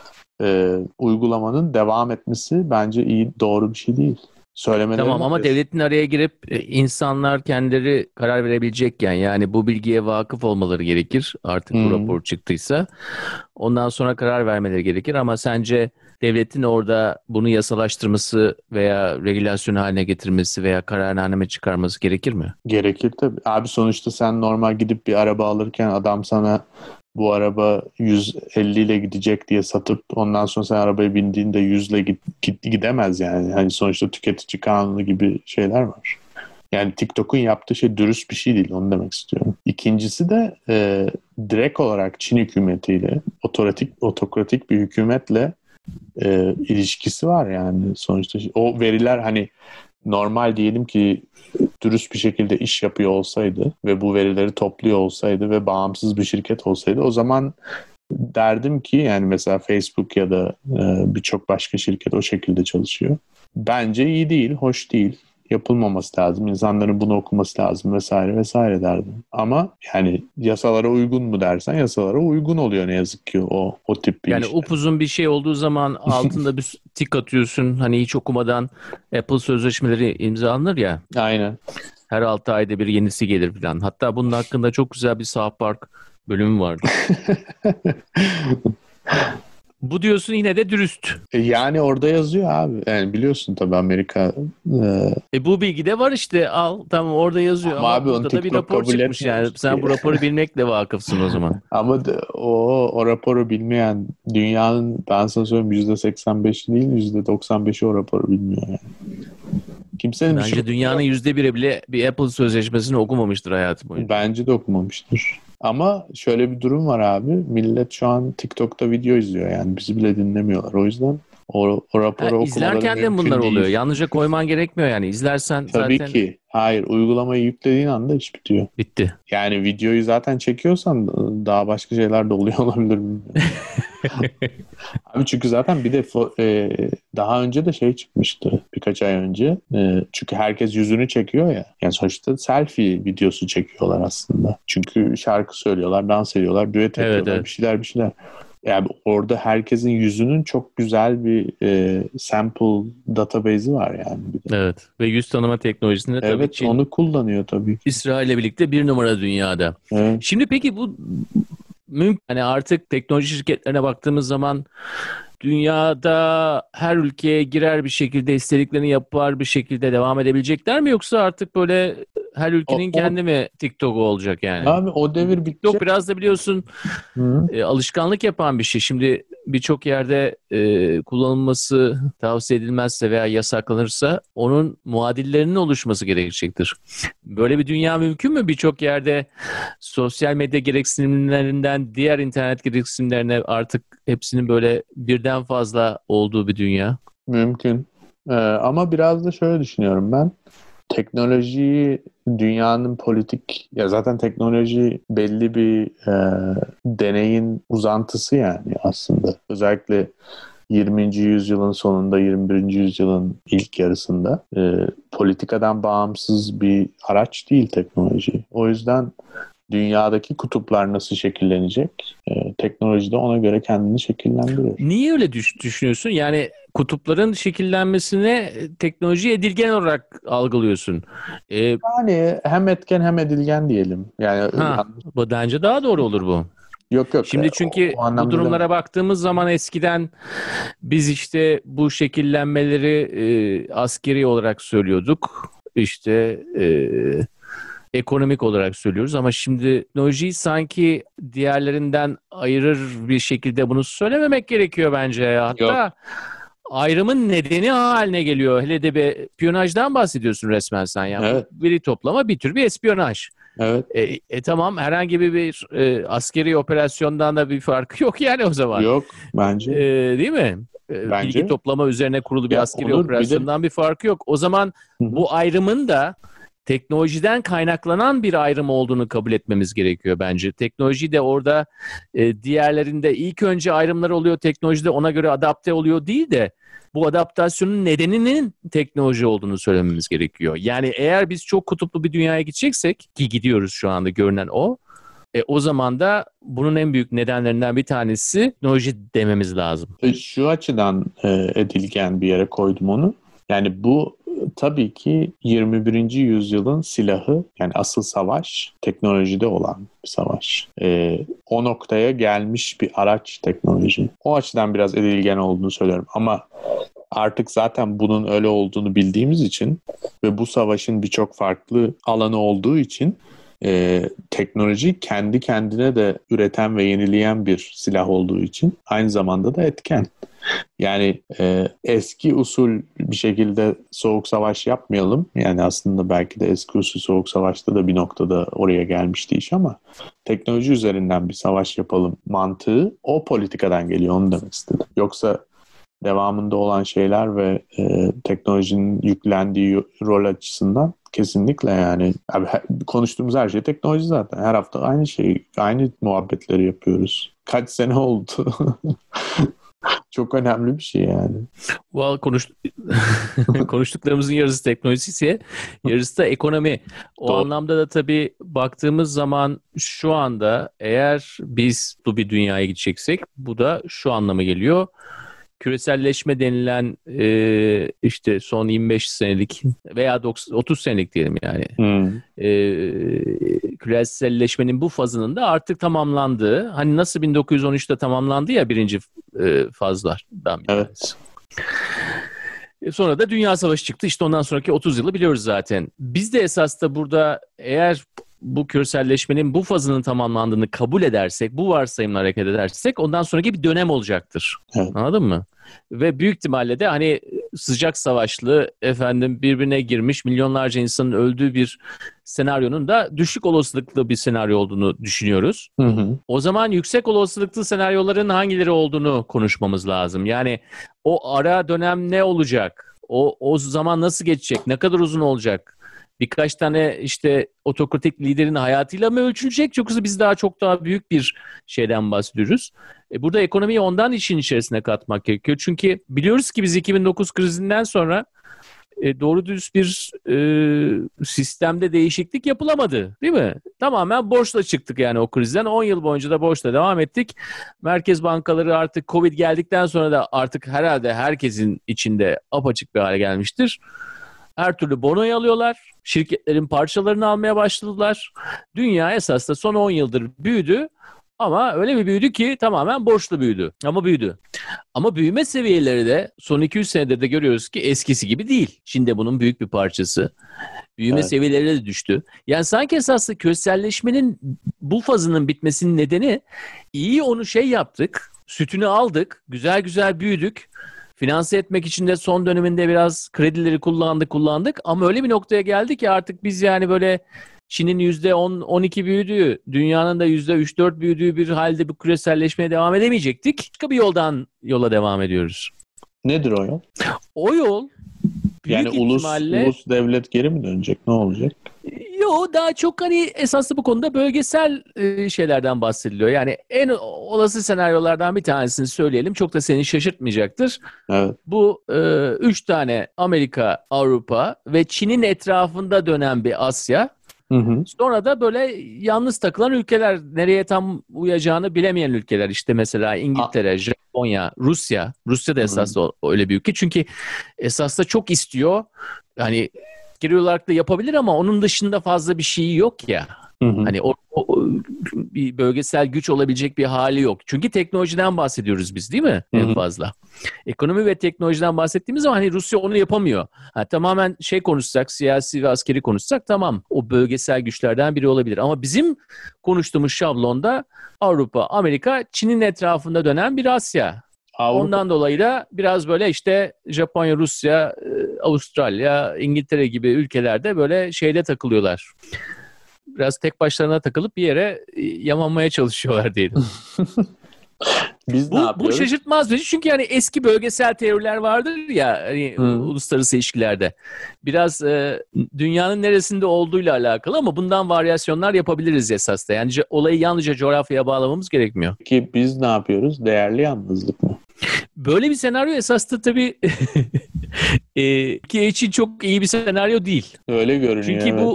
Speaker 1: uygulamanın devam etmesi bence iyi, doğru bir şey değil.
Speaker 2: Tamam
Speaker 1: Söylemelerine
Speaker 2: ama
Speaker 1: de
Speaker 2: devletin araya girip insanlar kendileri karar verebilecekken yani bu bilgiye vakıf olmaları gerekir. Artık bu
Speaker 1: Hmm.
Speaker 2: rapor çıktıysa. Ondan sonra karar vermeleri gerekir ama sence devletin orada bunu yasalaştırması veya regülasyon haline getirmesi veya kararname çıkarması gerekir mi?
Speaker 1: Gerekir tabii. Abi sonuçta sen normal gidip bir araba alırken adam sana bu araba 150 ile gidecek diye satıp ondan sonra sen arabaya bindiğinde 100 ile gidemez yani. Hani sonuçta tüketici kanunu gibi şeyler var. Yani TikTok'un yaptığı şey dürüst bir şey değil, onu demek istiyorum. İkincisi de direkt olarak Çin hükümetiyle, otokratik bir hükümetle ilişkisi var yani. Sonuçta o veriler hani normal diyelim ki dürüst bir şekilde iş yapıyor olsaydı ve bu verileri topluyor olsaydı ve bağımsız bir şirket olsaydı o zaman derdim ki yani mesela Facebook ya da birçok başka şirket o şekilde çalışıyor. Bence iyi değil, hoş değil. Yapılmaması lazım. İnsanların bunu okuması lazım vesaire vesaire derdim. Ama yani yasalara uygun mu dersen yasalara uygun oluyor ne yazık ki o tip bir
Speaker 2: Yani
Speaker 1: işler.
Speaker 2: upuzun bir şey olduğu zaman altında bir tik atıyorsun. Hani hiç okumadan Apple sözleşmeleri imzalanır ya.
Speaker 1: Aynen.
Speaker 2: Her 6 ayda bir yenisi gelir falan. Hatta bunun hakkında çok güzel bir South Park bölümü vardı. Bu diyorsun yine de dürüst.
Speaker 1: Yani orada yazıyor abi. Yani biliyorsun tabii Amerika.
Speaker 2: Bu bilgi de var işte, al tamam, orada yazıyor
Speaker 1: Ama
Speaker 2: ama
Speaker 1: abi onu
Speaker 2: burada da bir
Speaker 1: TikTok
Speaker 2: rapor
Speaker 1: kabul
Speaker 2: çıkmış yani.
Speaker 1: etmemişti
Speaker 2: Sen
Speaker 1: ki.
Speaker 2: bu raporu bilmekle vakıfsın o zaman.
Speaker 1: Ama o raporu bilmeyen dünyanın, ben sana söyleyeyim, %85'i değil %95'i o raporu bilmiyor yani. Kimsenin bir şey
Speaker 2: Bence dünyanın %1'i bile bir Apple sözleşmesini okumamıştır hayatı boyunca.
Speaker 1: bence de okumamıştır. Ama şöyle bir durum var abi. Millet şu an TikTok'ta video izliyor yani. Bizi bile dinlemiyorlar. O yüzden o raporu okumaları
Speaker 2: İzlerken de bunlar
Speaker 1: mümkün
Speaker 2: oluyor.
Speaker 1: değil.
Speaker 2: Yalnızca koyman gerekmiyor yani. İzlersen
Speaker 1: Tabii
Speaker 2: zaten
Speaker 1: ki. Hayır. Uygulamayı yüklediğin anda iş bitiyor.
Speaker 2: bitti.
Speaker 1: Yani videoyu zaten çekiyorsan daha başka şeyler de oluyor olabilir mi? Abi çünkü zaten bir de daha önce de şey çıkmıştı birkaç ay önce. Çünkü herkes yüzünü çekiyor ya. Yani sonuçta selfie videosu çekiyorlar aslında. Çünkü şarkı söylüyorlar, dans ediyorlar, düet
Speaker 2: Evet,
Speaker 1: yapıyorlar,
Speaker 2: evet.
Speaker 1: bir şeyler. Yani orada herkesin yüzünün çok güzel bir sample database'i var yani. Bir de.
Speaker 2: Evet. Ve yüz tanıma teknolojisinde tabii
Speaker 1: Evet,
Speaker 2: Çin,
Speaker 1: onu kullanıyor tabii ki.
Speaker 2: İsrail'le birlikte bir numara dünyada.
Speaker 1: Evet.
Speaker 2: Şimdi peki bu mümkün. Hani artık teknoloji şirketlerine baktığımız zaman dünyada her ülkeye girer bir şekilde istediklerini yapar bir şekilde devam edebilecekler mi, yoksa artık böyle her ülkenin kendi mi TikTok'u olacak yani?
Speaker 1: Abi o devir
Speaker 2: TikTok
Speaker 1: bitecek.
Speaker 2: biraz da biliyorsun
Speaker 1: Hı.
Speaker 2: alışkanlık yapan bir şey. Şimdi birçok yerde kullanılması tavsiye edilmezse veya yasaklanırsa onun muadillerinin oluşması gerekecektir. Böyle bir dünya mümkün mü? Birçok yerde sosyal medya gereksinimlerinden diğer internet gereksinimlerine artık hepsinin böyle birden fazla olduğu bir dünya.
Speaker 1: Mümkün. Ama biraz da şöyle düşünüyorum ben. Teknolojiyi dünyanın politik, ya zaten teknoloji belli bir deneyin uzantısı yani aslında. Özellikle 20. yüzyılın sonunda, 21. yüzyılın ilk yarısında politikadan bağımsız bir araç değil teknoloji. O yüzden dünyadaki kutuplar nasıl şekillenecek? Teknoloji de ona göre kendini şekillendiriyor.
Speaker 2: Niye öyle düşünüyorsun? Yani kutupların şekillenmesine teknoloji edilgen olarak algılıyorsun.
Speaker 1: Yani hem etken hem edilgen diyelim. Yani
Speaker 2: Bu bence daha doğru olur bu.
Speaker 1: yok
Speaker 2: Şimdi
Speaker 1: o,
Speaker 2: çünkü
Speaker 1: o
Speaker 2: bu
Speaker 1: anlamda
Speaker 2: durumlara
Speaker 1: demedim.
Speaker 2: baktığımız zaman eskiden biz işte bu şekillenmeleri askeri olarak söylüyorduk. İşte ekonomik olarak söylüyoruz ama şimdi teknolojiyi sanki diğerlerinden ayırır bir şekilde bunu söylememek gerekiyor bence ya.
Speaker 1: Yok.
Speaker 2: Hatta ayrımın nedeni haline geliyor. Hele de bir piyonajdan bahsediyorsun resmen sen ya.
Speaker 1: Evet.
Speaker 2: Bu veri toplama bir tür bir espiyonaj.
Speaker 1: Evet.
Speaker 2: Tamam, herhangi bir askeri operasyondan da bir farkı yok yani o zaman.
Speaker 1: Yok bence.
Speaker 2: Değil mi? Bilgi
Speaker 1: Bence.
Speaker 2: toplama üzerine kurulu bir
Speaker 1: Ya
Speaker 2: askeri
Speaker 1: Onur bir de
Speaker 2: operasyondan bir farkı yok. O zaman
Speaker 1: Hı hı.
Speaker 2: bu ayrımın da teknolojiden kaynaklanan bir ayrım olduğunu kabul etmemiz gerekiyor bence. Teknoloji de orada diğerlerinde ilk önce ayrımlar oluyor, teknolojide ona göre adapte oluyor değil de bu adaptasyonun nedeninin teknoloji olduğunu söylememiz gerekiyor. Yani eğer biz çok kutuplu bir dünyaya gideceksek, ki gidiyoruz şu anda görünen o zaman da bunun en büyük nedenlerinden bir tanesi teknoloji dememiz lazım.
Speaker 1: Şu açıdan edilgen bir yere koydum onu. Yani bu tabii ki 21. yüzyılın silahı, yani asıl savaş teknolojide olan bir savaş. O noktaya gelmiş bir araç teknoloji. O açıdan biraz edilgen olduğunu söylüyorum ama artık zaten bunun öyle olduğunu bildiğimiz için ve bu savaşın birçok farklı alanı olduğu için teknoloji kendi kendine de üreten ve yenileyen bir silah olduğu için aynı zamanda da etken. Yani eski usul bir şekilde soğuk savaş yapmayalım. Yani aslında belki de eski usul soğuk savaşta da bir noktada oraya gelmişti iş ama teknoloji üzerinden bir savaş yapalım mantığı o politikadan geliyor, onu demek istedim. Yoksa devamında olan şeyler ve teknolojinin yüklendiği rol açısından kesinlikle yani abi, konuştuğumuz her şey teknoloji zaten. Her hafta aynı şeyi, aynı muhabbetleri yapıyoruz. Kaç sene oldu? Çok önemli bir şey yani.
Speaker 2: Well, konuştuklarımızın yarısı teknoloji ise yarısı da ekonomi. O
Speaker 1: Doğru.
Speaker 2: anlamda da tabii baktığımız zaman şu anda eğer biz bu bir dünyaya gideceksek bu da şu anlama geliyor. Küreselleşme denilen işte son 25 senelik veya 30 senelik diyelim yani. Küreselleşmenin bu fazının da artık tamamlandığı, hani nasıl 1913'te tamamlandı ya birinci fazlardan bir
Speaker 1: Evet.
Speaker 2: tanesi. Sonra da Dünya Savaşı çıktı. İşte ondan sonraki 30 yılı biliyoruz zaten. Biz de esas da burada eğer bu küreselleşmenin bu fazının tamamlandığını kabul edersek, bu varsayımla hareket edersek ondan sonraki bir dönem olacaktır.
Speaker 1: Evet.
Speaker 2: Anladın mı? Ve büyük ihtimalle de hani sıcak savaşlı, birbirine girmiş milyonlarca insanın öldüğü bir senaryonun da düşük olasılıklı bir senaryo olduğunu düşünüyoruz.
Speaker 1: Hı hı.
Speaker 2: O zaman yüksek olasılıklı senaryoların hangileri olduğunu konuşmamız lazım. Yani o ara dönem ne olacak? O zaman nasıl geçecek? Ne kadar uzun olacak? Birkaç tane işte otokratik liderin hayatıyla mı ölçülecek? Yoksa biz çok daha büyük bir şeyden bahsediyoruz. Burada ekonomiyi ondan işin içerisine katmak gerekiyor. Çünkü biliyoruz ki biz 2009 krizinden sonra doğru düz bir sistemde değişiklik yapılamadı, değil mi? Tamamen borçla çıktık yani o krizden. 10 yıl boyunca da borçla devam ettik. Merkez bankaları artık Covid geldikten sonra da artık herhalde herkesin içinde apaçık bir hale gelmiştir. Her türlü bonoyu alıyorlar. Şirketlerin parçalarını almaya başladılar. Dünya esasında son 10 yıldır büyüdü. Ama öyle bir büyüdü ki tamamen borçlu büyüdü. Ama büyüdü. Ama büyüme seviyeleri de son 200 senedir de görüyoruz ki eskisi gibi değil. Çin de bunun büyük bir parçası. Büyüme seviyeleri de düştü. Yani sanki esasında küreselleşmenin bu fazının bitmesinin nedeni iyi onu yaptık. Sütünü aldık. Güzel güzel büyüdük. Finanse etmek için de son döneminde biraz kredileri kullandık. Ama öyle bir noktaya geldi ki artık biz yani böyle Çin'in %10-12 büyüdüğü, dünyanın da %3-4 büyüdüğü bir halde bu küreselleşmeye devam edemeyecektik. Başka bir yola devam ediyoruz.
Speaker 1: Nedir o yol?
Speaker 2: O yol büyük
Speaker 1: yani
Speaker 2: ihtimalle...
Speaker 1: ulus devlet geri mi dönecek? Ne olacak?
Speaker 2: Yo, daha çok hani esaslı bu konuda bölgesel şeylerden bahsediliyor. Yani en olası senaryolardan bir tanesini söyleyelim. Çok da seni şaşırtmayacaktır.
Speaker 1: Evet.
Speaker 2: Bu 3 tane Amerika, Avrupa ve Çin'in etrafında dönen bir Asya.
Speaker 1: Hı hı.
Speaker 2: Sonra da böyle yalnız takılan ülkeler, nereye tam uyacağını bilemeyen ülkeler. İşte mesela İngiltere, Japonya, Rusya. Rusya da esaslı öyle bir ülke. Çünkü esaslı çok istiyor. Yani geri olarak da yapabilir ama onun dışında fazla bir şey yok ya.
Speaker 1: Hı hı.
Speaker 2: Hani o bir bölgesel güç olabilecek bir hali yok. Çünkü teknolojiden bahsediyoruz biz, değil mi?
Speaker 1: Hı hı.
Speaker 2: En fazla. Ekonomi ve teknolojiden bahsettiğimiz zaman hani Rusya onu yapamıyor. Tamamen konuşsak, siyasi ve askeri konuşsak tamam. O bölgesel güçlerden biri olabilir. Ama bizim konuştuğumuz şablonda Avrupa, Amerika, Çin'in etrafında dönen bir Asya. Ondan dolayı da biraz böyle işte Japonya, Rusya, Avustralya, İngiltere gibi ülkelerde böyle takılıyorlar. Biraz tek başlarına takılıp bir yere yamanmaya çalışıyorlar diyelim.
Speaker 1: Biz ne yapıyoruz?
Speaker 2: Bu şaşırtmaz bir şey. Çünkü yani eski bölgesel teoriler vardır ya hani uluslararası ilişkilerde. Biraz dünyanın neresinde olduğuyla alakalı ama bundan varyasyonlar yapabiliriz esasda. Yani olayı yalnızca coğrafyaya bağlamamız gerekmiyor.
Speaker 1: Peki biz ne yapıyoruz? Değerli yalnızlık mı?
Speaker 2: Böyle bir senaryo esasında tabii Türkiye için çok iyi bir senaryo değil.
Speaker 1: Öyle görünüyor.
Speaker 2: Çünkü bu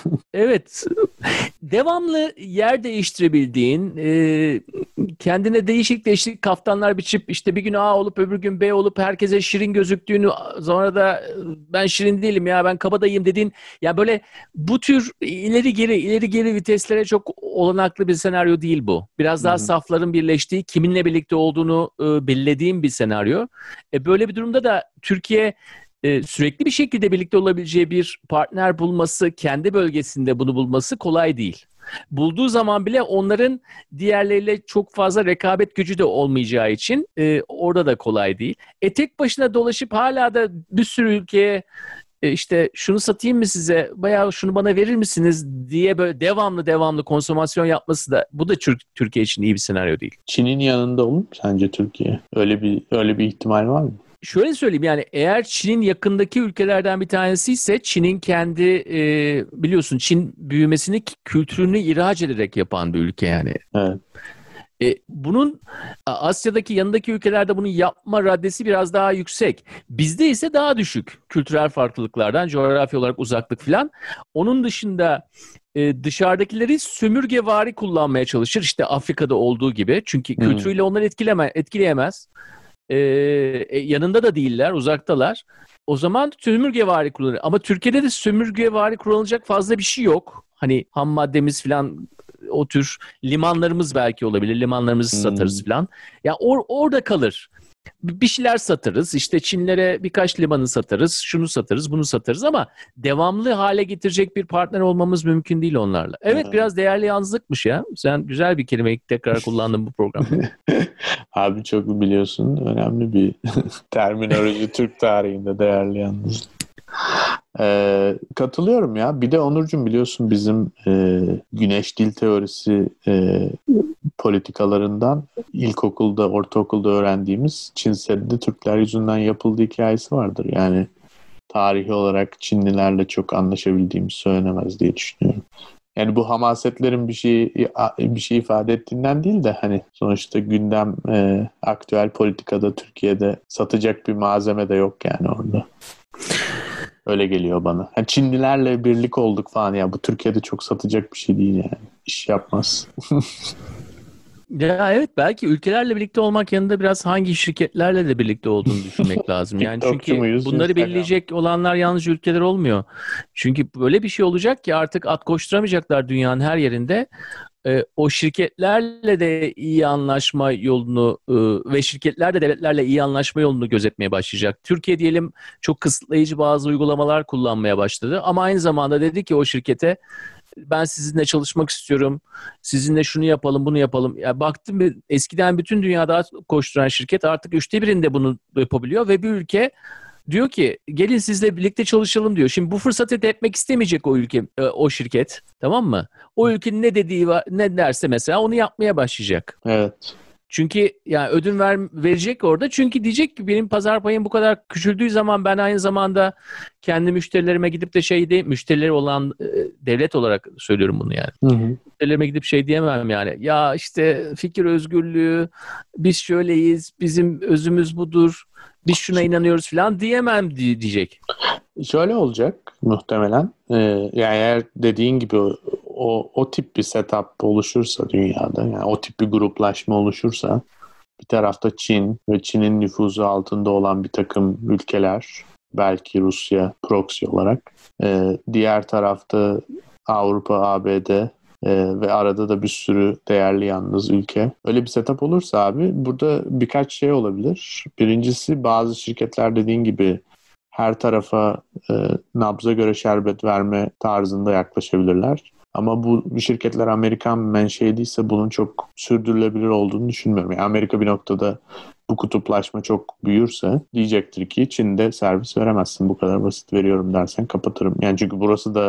Speaker 2: devamlı yer değiştirebildiğin, kendine değişik kaftanlar biçip işte bir gün A olup öbür gün B olup herkese şirin gözüktüğünü, sonra da ben şirin değilim ya ben kabadayıyım dediğin, ya böyle bu tür ileri geri viteslere çok olanaklı bir senaryo değil bu. Biraz daha safların birleştiği, kiminle birlikte olduğunu belirlediğim bir senaryo. Böyle bir durumda da Türkiye sürekli bir şekilde birlikte olabileceği bir partner bulması, kendi bölgesinde bunu bulması kolay değil. Bulduğu zaman bile onların diğerleriyle çok fazla rekabet gücü de olmayacağı için orada da kolay değil. Tek başına dolaşıp hala da bir sürü ülkeye işte şunu satayım mı size, bayağı şunu bana verir misiniz diye böyle devamlı konsomasyon yapması da, bu da Türkiye için iyi bir senaryo değil.
Speaker 1: Çin'in yanında olur mu sence Türkiye? Öyle bir ihtimal var mı?
Speaker 2: Şöyle söyleyeyim, yani eğer Çin'in yakındaki ülkelerden bir tanesi ise Çin'in kendi biliyorsun Çin büyümesini, kültürünü ihraç ederek yapan bir ülke yani.
Speaker 1: Evet.
Speaker 2: Bunun Asya'daki yanındaki ülkelerde bunun yapma raddesi biraz daha yüksek. Bizde ise daha düşük. Kültürel farklılıklardan, coğrafi olarak uzaklık falan. Onun dışında dışarıdakileri sömürgevari kullanmaya çalışır. İşte Afrika'da olduğu gibi. Çünkü kültürüyle onları etkileyemez. Yanında da değiller, uzaktalar. O zaman sömürgevari kullanır. Ama Türkiye'de de sömürgevari kullanılacak fazla bir şey yok. Hani ham maddemiz falan o tür limanlarımız belki olabilir. Limanlarımızı satarız falan. Ya orada kalır. Bir şeyler satarız. İşte Çinlere birkaç limanı satarız. Şunu satarız, bunu satarız ama devamlı hale getirecek bir partner olmamız mümkün değil onlarla. Evet, biraz değerli yalnızlıkmış ya. Sen güzel bir kelimeyi tekrar kullandın bu programda.
Speaker 1: Abi çok biliyorsun, önemli bir terminoloji Türk tarihinde değerli yalnızlık. Katılıyorum ya. Bir de Onurcuğum, biliyorsun bizim güneş dil teorisi politikalarından ilkokulda, ortaokulda öğrendiğimiz Çin Seddi Türkler yüzünden yapıldığı hikayesi vardır. Yani tarihi olarak Çinlilerle çok anlaşabildiğimiz söylenemez diye düşünüyorum. Yani bu hamasetlerin bir şey ifade ettiğinden değil de hani sonuçta gündem aktüel politikada Türkiye'de satacak bir malzeme de yok yani orada. Öyle geliyor bana. Yani Çinlilerle birlik olduk falan, ya bu Türkiye'de çok satacak bir şey değil yani. İş yapmaz.
Speaker 2: Ya evet, belki ülkelerle birlikte olmak yanında biraz hangi şirketlerle de birlikte olduğunu düşünmek lazım. Yani çünkü bunları belirleyecek olanlar yalnızca ülkeler olmuyor. Çünkü böyle bir şey olacak ki artık at koşturamayacaklar dünyanın her yerinde. O şirketlerle de iyi anlaşma yolunu ve şirketler de devletlerle iyi anlaşma yolunu gözetmeye başlayacak. Türkiye diyelim çok kısıtlayıcı bazı uygulamalar kullanmaya başladı ama aynı zamanda dedi ki o şirkete, ben sizinle çalışmak istiyorum. Sizinle şunu yapalım, bunu yapalım. Ya baktım, eskiden bütün dünyada koşturan şirket artık 1/3'ünde bunu yapabiliyor ve bir ülke diyor ki gelin sizle birlikte çalışalım diyor. Şimdi bu fırsatı elde etmek istemeyecek o ülke, o şirket. Tamam mı? O ülkenin ne dediği var, ne derse mesela onu yapmaya başlayacak.
Speaker 1: Evet.
Speaker 2: Çünkü yani ödün verecek orada. Çünkü diyecek ki benim pazar payım bu kadar küçüldüğü zaman ben aynı zamanda kendi müşterilerime gidip de müşterileri olan devlet olarak söylüyorum bunu yani.
Speaker 1: Hı hı.
Speaker 2: Müşterilerime gidip diyemem yani. Ya işte fikir özgürlüğü, biz şöyleyiz, bizim özümüz budur, biz şuna inanıyoruz falan diyemem diyecek.
Speaker 1: Şöyle olacak muhtemelen. Yani eğer dediğin gibi o tip bir setup oluşursa dünyada, yani o tip bir gruplaşma oluşursa, bir tarafta Çin ve Çin'in nüfuzu altında olan bir takım ülkeler, belki Rusya proxy olarak, diğer tarafta Avrupa, ABD ve arada da bir sürü değerli yalnız ülke. Öyle bir setup olursa abi, burada birkaç şey olabilir. Birincisi, bazı şirketler dediğin gibi her tarafa nabza göre şerbet verme tarzında yaklaşabilirler. Ama bu şirketler Amerikan menşeliyse bunun çok sürdürülebilir olduğunu düşünmüyorum. Yani Amerika bir noktada bu kutuplaşma çok büyürse diyecektir ki Çin'de servis veremezsin, bu kadar basit, veriyorum dersen kapatırım. Yani çünkü burası da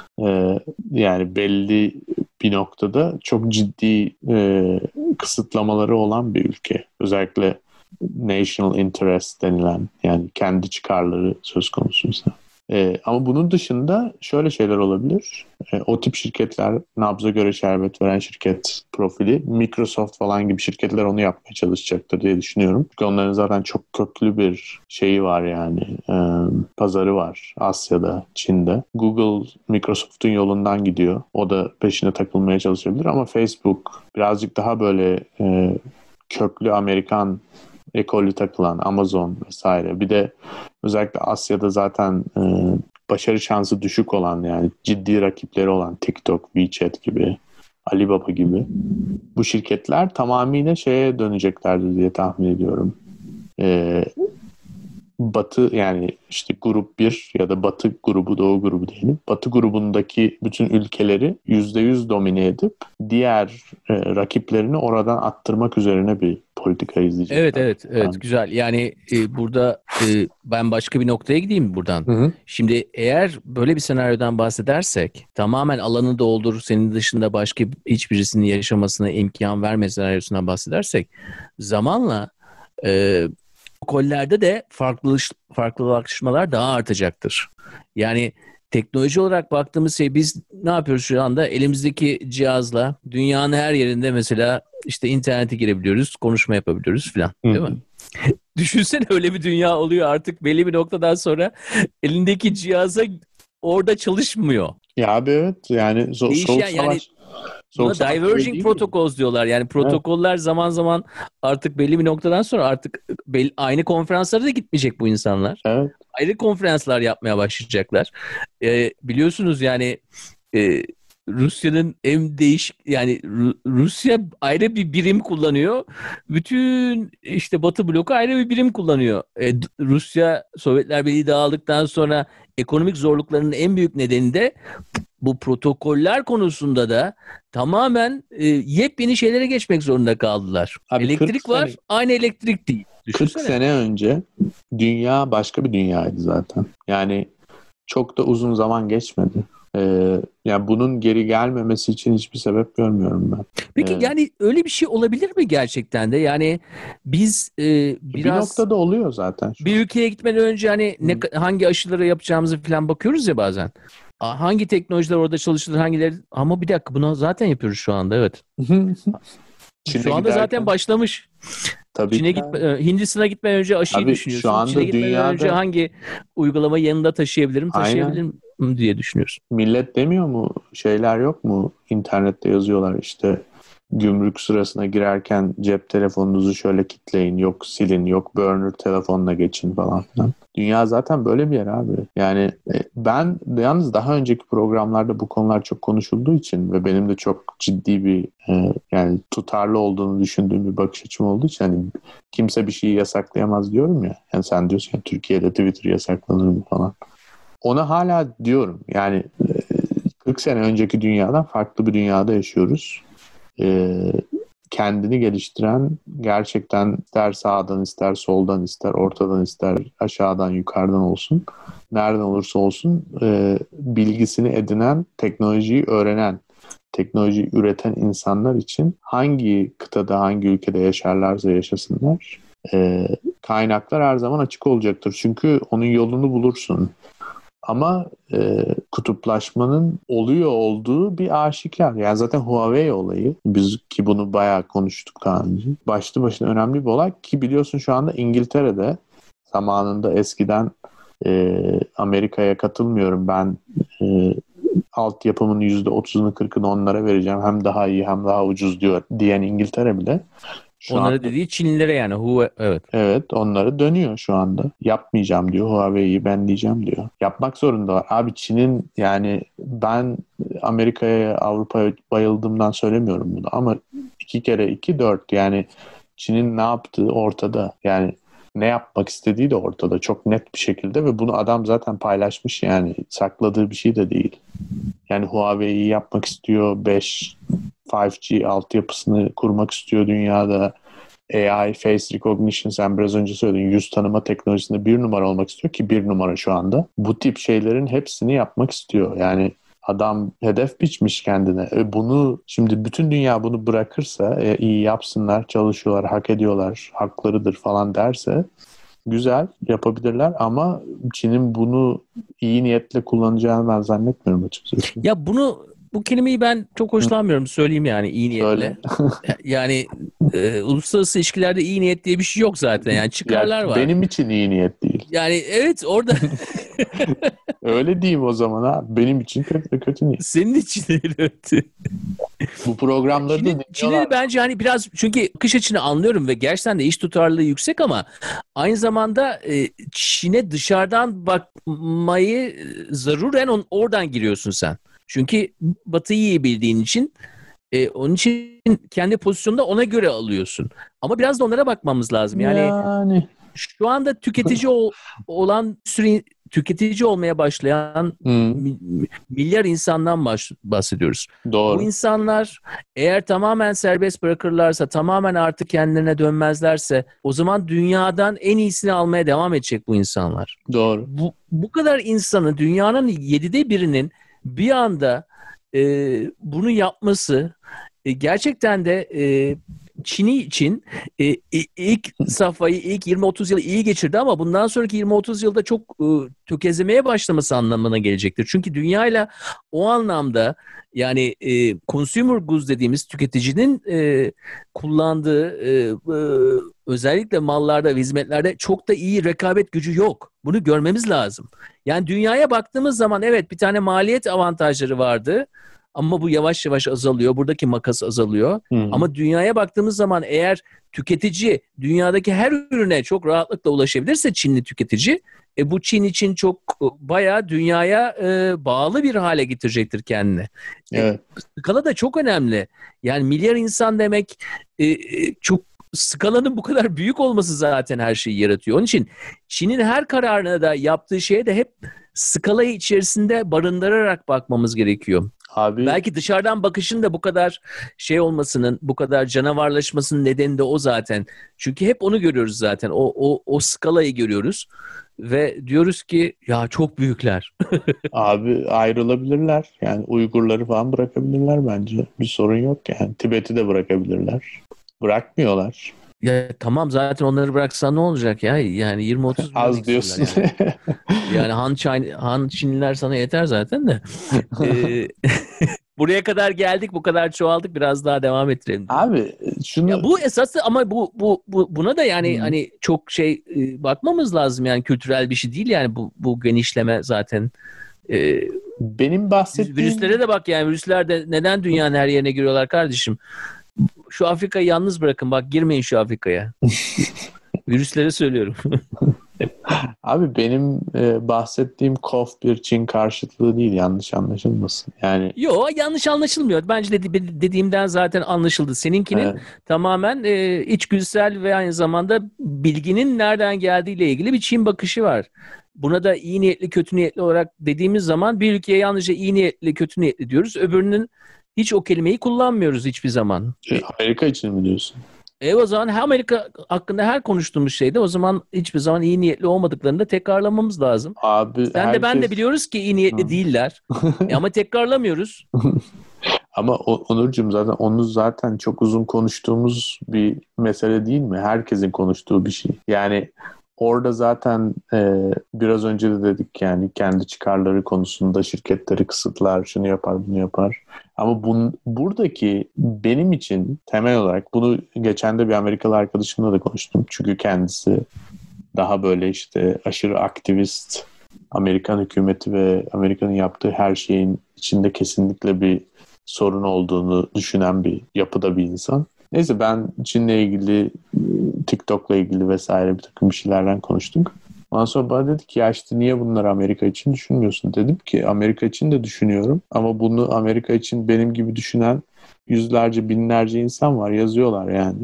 Speaker 1: yani belli bir noktada çok ciddi kısıtlamaları olan bir ülke. Özellikle national interest denilen, yani kendi çıkarları söz konusuysa. Ama bunun dışında şöyle şeyler olabilir. O tip şirketler, nabza göre şerbet veren şirket profili, Microsoft falan gibi şirketler onu yapmaya çalışacaktır diye düşünüyorum. Çünkü onların zaten çok köklü bir şeyi var yani. Pazarı var Asya'da, Çin'de. Google, Microsoft'un yolundan gidiyor. O da peşine takılmaya çalışabilir ama Facebook birazcık daha böyle köklü Amerikan ekolü takılan, Amazon vesaire. Bir de özellikle Asya'da zaten başarı şansı düşük olan, yani ciddi rakipleri olan TikTok, WeChat gibi, Alibaba gibi bu şirketler tamamıyla şeye döneceklerdir diye tahmin ediyorum. Batı, yani işte grup 1 ya da Batı grubu, Doğu grubu diyelim. Batı grubundaki bütün ülkeleri %100 domine edip diğer rakiplerini oradan attırmak üzerine bir politika izleyecekler.
Speaker 2: Evet, güzel. Yani burada ben başka bir noktaya gideyim buradan.
Speaker 1: Hı hı.
Speaker 2: Şimdi eğer böyle bir senaryodan bahsedersek, tamamen alanı doldur, senin dışında başka hiçbirisinin yaşamasına imkan verme senaryosundan bahsedersek, zamanla protokollerde de farklılaşmalar daha artacaktır. Yani teknoloji olarak baktığımız şey, biz ne yapıyoruz şu anda? Elimizdeki cihazla dünyanın her yerinde mesela işte internete girebiliyoruz, konuşma yapabiliyoruz falan, değil mi? Düşünsene, öyle bir dünya oluyor artık belli bir noktadan sonra elindeki cihaza orada çalışmıyor.
Speaker 1: Ya abi evet, yani soğuk savaş.
Speaker 2: Buna diverging protocols diyorlar. Yani protokoller zaman zaman artık belli bir noktadan sonra artık aynı konferanslara da gitmeyecek bu insanlar.
Speaker 1: Evet.
Speaker 2: Ayrı konferanslar yapmaya başlayacaklar. Biliyorsunuz yani Rusya'nın en değişik yani Rusya ayrı bir birim kullanıyor. Bütün işte Batı bloku ayrı bir birim kullanıyor. Rusya Sovyetler Birliği dağıldıktan sonra ekonomik zorluklarının en büyük nedeni de bu protokoller konusunda da tamamen yepyeni şeylere geçmek zorunda kaldılar.
Speaker 1: Abi
Speaker 2: elektrik var, aynı elektrik değil.
Speaker 1: 40 sene önce dünya başka bir dünyaydı zaten. Yani çok da uzun zaman geçmedi. Yani bunun geri gelmemesi için hiçbir sebep görmüyorum ben.
Speaker 2: Peki yani öyle bir şey olabilir mi gerçekten de? Yani biz biraz...
Speaker 1: Bir noktada oluyor zaten.
Speaker 2: Bir ülkeye gitmeden önce hani hangi aşıları yapacağımızı falan bakıyoruz ya bazen. Hangi teknolojiler orada çalışılır, hangileri... Ama bir dakika bunu zaten yapıyoruz şu anda, evet. Şu anda zaten başlamış.
Speaker 1: Tabii
Speaker 2: Hindistan'a gitmeden önce aşıyı düşünüyorsun.
Speaker 1: Şu anda
Speaker 2: Çin'e gitmeden önce hangi uygulamayı yanında taşıyabilirim diye düşünüyorsun.
Speaker 1: Millet demiyor mu? Şeyler yok mu? İnternette yazıyorlar işte gümrük sırasına girerken cep telefonunuzu şöyle kitleyin, yok silin, yok burner telefonla geçin falan filan. Dünya zaten böyle bir yer abi. Yani ben yalnız daha önceki programlarda bu konular çok konuşulduğu için ve benim de çok ciddi bir yani tutarlı olduğunu düşündüğüm bir bakış açım olduğu için hani kimse bir şeyi yasaklayamaz diyorum ya. Yani sen diyorsun ya Türkiye'de Twitter yasaklanır mı falan. Ona hala diyorum yani 40 sene önceki dünyadan farklı bir dünyada yaşıyoruz. Kendini geliştiren gerçekten ister sağdan ister soldan ister ortadan ister aşağıdan yukarıdan olsun nereden olursa olsun bilgisini edinen, teknolojiyi öğrenen, teknolojiyi üreten insanlar için hangi kıtada hangi ülkede yaşarlarsa yaşasınlar kaynaklar her zaman açık olacaktır. Çünkü onun yolunu bulursun. Ama kutuplaşmanın oluyor olduğu bir aşikar. Yani zaten Huawei olayı, biz ki bunu bayağı konuştuk daha önce. Başlı başına önemli bir olay ki biliyorsun şu anda İngiltere'de zamanında eskiden Amerika'ya katılmıyorum ben altyapımın %30'unu 40'ını onlara vereceğim hem daha iyi hem daha ucuz diyen İngiltere bile
Speaker 2: onlara dediği Çinlilere yani. Evet.
Speaker 1: Evet, onları dönüyor şu anda. Yapmayacağım diyor. Huawei'yi ben diyeceğim diyor. Yapmak zorundalar. Abi Çin'in yani ben Amerika'ya, Avrupa'ya bayıldığımdan söylemiyorum bunu ama 2 kere 2 4 yani Çin'in ne yaptığı ortada. Yani ne yapmak istediği de ortada çok net bir şekilde ve bunu adam zaten paylaşmış yani sakladığı bir şey de değil. Yani Huawei'yi yapmak istiyor, 5G altyapısını kurmak istiyor dünyada. AI, face recognition sen biraz önce söyledin. Yüz tanıma teknolojisinde 1 numara olmak istiyor ki 1 numara şu anda. Bu tip şeylerin hepsini yapmak istiyor. Yani adam hedef biçmiş kendine. Bunu şimdi bütün dünya bunu bırakırsa iyi yapsınlar, çalışıyorlar, hak ediyorlar, haklarıdır falan derse güzel yapabilirler ama Çin'in bunu iyi niyetle kullanacağını ben zannetmiyorum açıkçası.
Speaker 2: Ya bu kelimeyi ben çok hoşlanmıyorum söyleyeyim yani iyi niyetle. Yani uluslararası ilişkilerde iyi niyet diye bir şey yok zaten yani çıkarlar var.
Speaker 1: Benim için iyi niyet değil.
Speaker 2: Yani evet orada.
Speaker 1: Öyle diyeyim o zaman ha. Benim için kötü niyet.
Speaker 2: Senin için evet.
Speaker 1: Bu programları da
Speaker 2: Çin'i bence hani biraz çünkü bakış açını anlıyorum ve gerçekten de iş tutarlılığı yüksek ama aynı zamanda Çin'e dışarıdan bakmayı zaruren oradan giriyorsun sen. Çünkü Batı'yı iyi bildiğin için onun için kendi pozisyonunu ona göre alıyorsun. Ama biraz da onlara bakmamız lazım. Yani şu anda tüketici olan tüketici olmaya başlayan milyar insandan bahsediyoruz.
Speaker 1: Doğru.
Speaker 2: Bu insanlar eğer tamamen serbest bırakırlarsa, tamamen artık kendilerine dönmezlerse o zaman dünyadan en iyisini almaya devam edecek bu insanlar.
Speaker 1: Doğru.
Speaker 2: Bu kadar insanı dünyanın 7'de birinin bir anda bunu yapması gerçekten de Çin için ilk safhayı ilk 20-30 yıl iyi geçirdi ama bundan sonraki 20-30 yılda çok tökezlemeye başlaması anlamına gelecektir. Çünkü dünyayla o anlamda yani consumer goods dediğimiz tüketicinin kullandığı özellikle mallarda ve hizmetlerde çok da iyi rekabet gücü yok. Bunu görmemiz lazım. Yani dünyaya baktığımız zaman evet bir tane maliyet avantajları vardı. Ama bu yavaş yavaş azalıyor. Buradaki makas azalıyor. Ama dünyaya baktığımız zaman eğer tüketici dünyadaki her ürüne çok rahatlıkla ulaşabilirse Çinli tüketici Bu Çin için çok bayağı dünyaya bağlı bir hale getirecektir kendini.
Speaker 1: Evet.
Speaker 2: Skala da çok önemli. Yani milyar insan demek çok, skalanın bu kadar büyük olması zaten her şeyi yaratıyor. Onun için Çin'in her kararına da yaptığı şeye de hep skalayı içerisinde barındırarak bakmamız gerekiyor.
Speaker 1: Abi,
Speaker 2: Belki dışarıdan bakışın da bu kadar şey olmasının, bu kadar canavarlaşmasının nedeni de o zaten. Çünkü hep onu görüyoruz zaten. O skalayı görüyoruz ve diyoruz ki ya çok büyükler.
Speaker 1: abi ayrılabilirler. Yani Uygurları falan bırakabilirler bence. Bir sorun yok yani. Tibet'i de bırakabilirler. Bırakmıyorlar.
Speaker 2: Ya tamam, zaten onları bıraksan ne olacak ya? Yani 20-30 milyon
Speaker 1: Az
Speaker 2: eksilirler
Speaker 1: diyorsun.
Speaker 2: yani. Yani Han Çinliler sana yeter zaten de. Ee, Buraya kadar geldik, bu kadar çoğaldık, biraz daha devam ettirelim diyorum.
Speaker 1: Abi
Speaker 2: Ya
Speaker 1: şunu...
Speaker 2: bu esası ama buna da yani
Speaker 1: Hı.
Speaker 2: hani çok bakmamız lazım, yani kültürel bir şey değil yani bu genişleme zaten. Ee,
Speaker 1: Benim bahsettiğim...
Speaker 2: Virüslere de bak, yani virüsler de neden dünyanın her yerine giriyorlar kardeşim? Şu Afrika'yı yalnız bırakın, bak girmeyin şu Afrika'ya. Virüslere söylüyorum.
Speaker 1: Abi benim bahsettiğim kof bir Çin karşıtlığı değil, yanlış anlaşılmasın. Yani
Speaker 2: Yo, yanlış anlaşılmıyor. Bence dediğimden zaten anlaşıldı. Seninkinin
Speaker 1: e,
Speaker 2: tamamen içgüdüsel ve aynı zamanda bilginin nereden geldiğiyle ilgili bir Çin bakışı var. Buna da iyi niyetli, kötü niyetli olarak dediğimiz zaman bir ülkeye yalnızca iyi niyetli, kötü niyetli diyoruz. Öbürünün hiç o kelimeyi kullanmıyoruz hiçbir zaman.
Speaker 1: Amerika için mi diyorsun?
Speaker 2: O zaman Amerika hakkında her konuştuğumuz şeyde o zaman hiçbir zaman iyi niyetli olmadıklarını da tekrarlamamız lazım.
Speaker 1: Abi
Speaker 2: Sen de ben de
Speaker 1: herkes...
Speaker 2: biliyoruz ki iyi niyetli
Speaker 1: Hı.
Speaker 2: değiller. Ama tekrarlamıyoruz.
Speaker 1: Ama Onurcuğum, zaten onu zaten çok uzun konuştuğumuz bir mesele değil mi? Herkesin konuştuğu bir şey. Yani orada zaten biraz önce de dedik, yani kendi çıkarları konusunda şirketleri kısıtlar, şunu yapar, bunu yapar. Ama buradaki benim için temel olarak, bunu geçen de bir Amerikalı arkadaşımla da konuştum. Çünkü kendisi daha böyle işte aşırı aktivist, Amerikan hükümeti ve Amerika'nın yaptığı her şeyin içinde kesinlikle bir sorun olduğunu düşünen bir yapıda bir insan. Neyse, ben Çin'le ilgili, TikTok'la ilgili vesaire bir takım bir şeylerden konuştuk. Ondan sonra bana dedi ki ya işte niye bunları Amerika için düşünmüyorsun? Dedim ki Amerika için de düşünüyorum ama bunu Amerika için benim gibi düşünen yüzlerce, binlerce insan var. Yazıyorlar yani.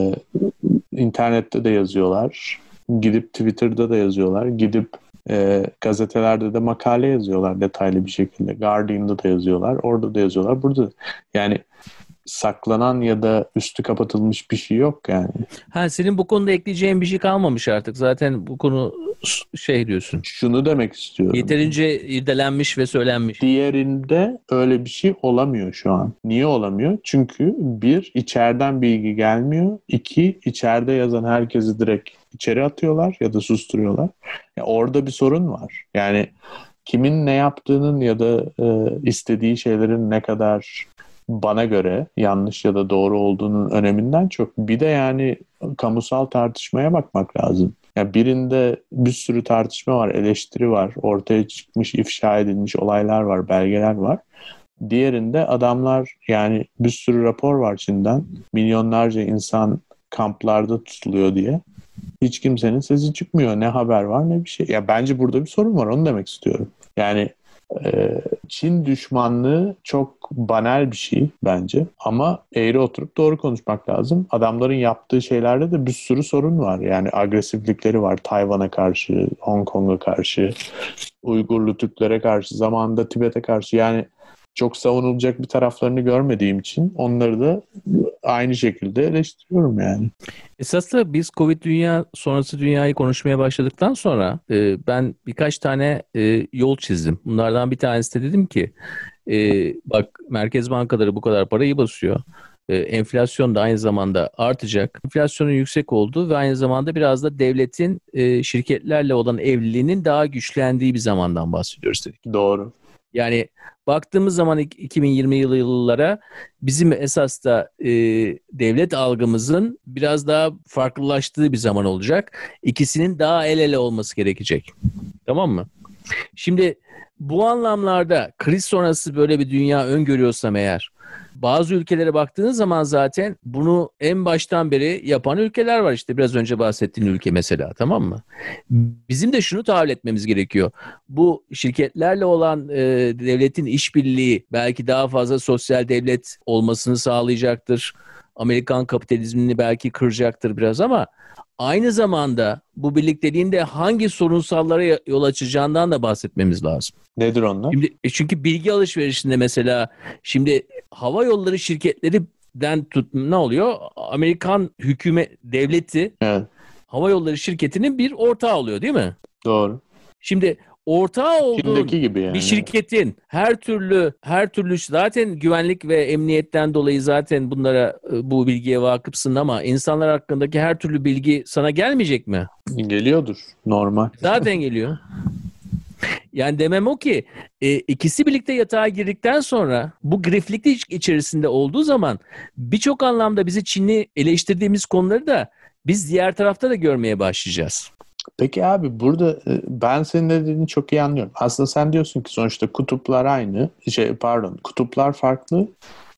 Speaker 1: İnternette de yazıyorlar. Gidip Twitter'da da yazıyorlar. Gidip gazetelerde de makale yazıyorlar detaylı bir şekilde. Guardian'da da yazıyorlar. Orada da yazıyorlar. Burada yani saklanan ya da üstü kapatılmış bir şey yok yani.
Speaker 2: Senin bu konuda ekleyeceğin bir şey kalmamış artık. Zaten bu konu şey diyorsun.
Speaker 1: Şunu demek istiyorum.
Speaker 2: Yeterince irdelenmiş ve söylenmiş.
Speaker 1: Diğerinde öyle bir şey olamıyor şu an. Niye olamıyor? Çünkü bir, içeriden bilgi gelmiyor. İki, içeride yazan herkesi direkt içeri atıyorlar ya da susturuyorlar. Orada bir sorun var. Yani kimin ne yaptığının ya da istediği şeylerin ne kadar bana göre yanlış ya da doğru olduğunun öneminden çok, bir de yani kamusal tartışmaya bakmak lazım. Ya birinde bir sürü tartışma var, eleştiri var, ortaya çıkmış, ifşa edilmiş olaylar var, belgeler var. Diğerinde adamlar, yani bir sürü rapor var Çin'den, milyonlarca insan kamplarda tutuluyor diye. Hiç kimsenin sesi çıkmıyor. Ne haber var ne bir şey. Ya bence burada bir sorun var, onu demek istiyorum. Yani Çin düşmanlığı çok banal bir şey bence. Ama eğri oturup doğru konuşmak lazım. Adamların yaptığı şeylerde de bir sürü sorun var. Yani agresiflikleri var. Tayvan'a karşı, Hong Kong'a karşı, Uygurlu Türklere karşı, zamanında Tibet'e karşı. Yani çok savunulacak bir taraflarını görmediğim için onları da aynı şekilde eleştiriyorum yani.
Speaker 2: Esasında biz Covid sonrası dünyayı konuşmaya başladıktan sonra ben birkaç tane yol çizdim. Bunlardan bir tanesi de dedim ki bak, merkez bankaları bu kadar parayı basıyor. Enflasyon da aynı zamanda artacak. Enflasyonun yüksek olduğu ve aynı zamanda biraz da devletin şirketlerle olan evliliğinin daha güçlendiği bir zamandan bahsediyoruz dedik.
Speaker 1: Doğru.
Speaker 2: Yani baktığımız zaman 2020 yıllara bizim esas da devlet algımızın biraz daha farklılaştığı bir zaman olacak. İkisinin daha el ele olması gerekecek. Tamam mı? Şimdi bu anlamlarda kriz sonrası böyle bir dünya öngörüyorsam eğer, bazı ülkelere baktığınız zaman zaten bunu en baştan beri yapan ülkeler var. İşte biraz önce bahsettiğin ülke mesela, tamam mı? Bizim de şunu tahayyül etmemiz gerekiyor. Bu şirketlerle olan devletin işbirliği belki daha fazla sosyal devlet olmasını sağlayacaktır. Amerikan kapitalizmini belki kıracaktır biraz ama aynı zamanda bu birlikteliğin de hangi sorunsallara yol açacağından da bahsetmemiz lazım.
Speaker 1: Nedir onlar?
Speaker 2: Şimdi, çünkü bilgi alışverişinde mesela şimdi hava yolları şirketlerinden ne oluyor? Amerikan hükümet devleti
Speaker 1: Evet.
Speaker 2: hava yolları şirketinin bir ortağı oluyor değil mi?
Speaker 1: Doğru.
Speaker 2: Şimdi ortağı olduğun
Speaker 1: gibi yani.
Speaker 2: bir şirketin her türlü zaten güvenlik ve emniyetten dolayı zaten bunlara bu bilgiye vakıfsın ama insanlar hakkındaki her türlü bilgi sana gelmeyecek mi?
Speaker 1: Geliyordur. Normal.
Speaker 2: Zaten geliyor. Yani demem o ki ikisi birlikte yatağa girdikten sonra bu griflikli içerisinde olduğu zaman birçok anlamda bizi Çin'i eleştirdiğimiz konuları da biz diğer tarafta da görmeye başlayacağız.
Speaker 1: Peki abi burada ben senin dediğini çok iyi anlıyorum. Aslında sen diyorsun ki sonuçta kutuplar aynı. Kutuplar farklı.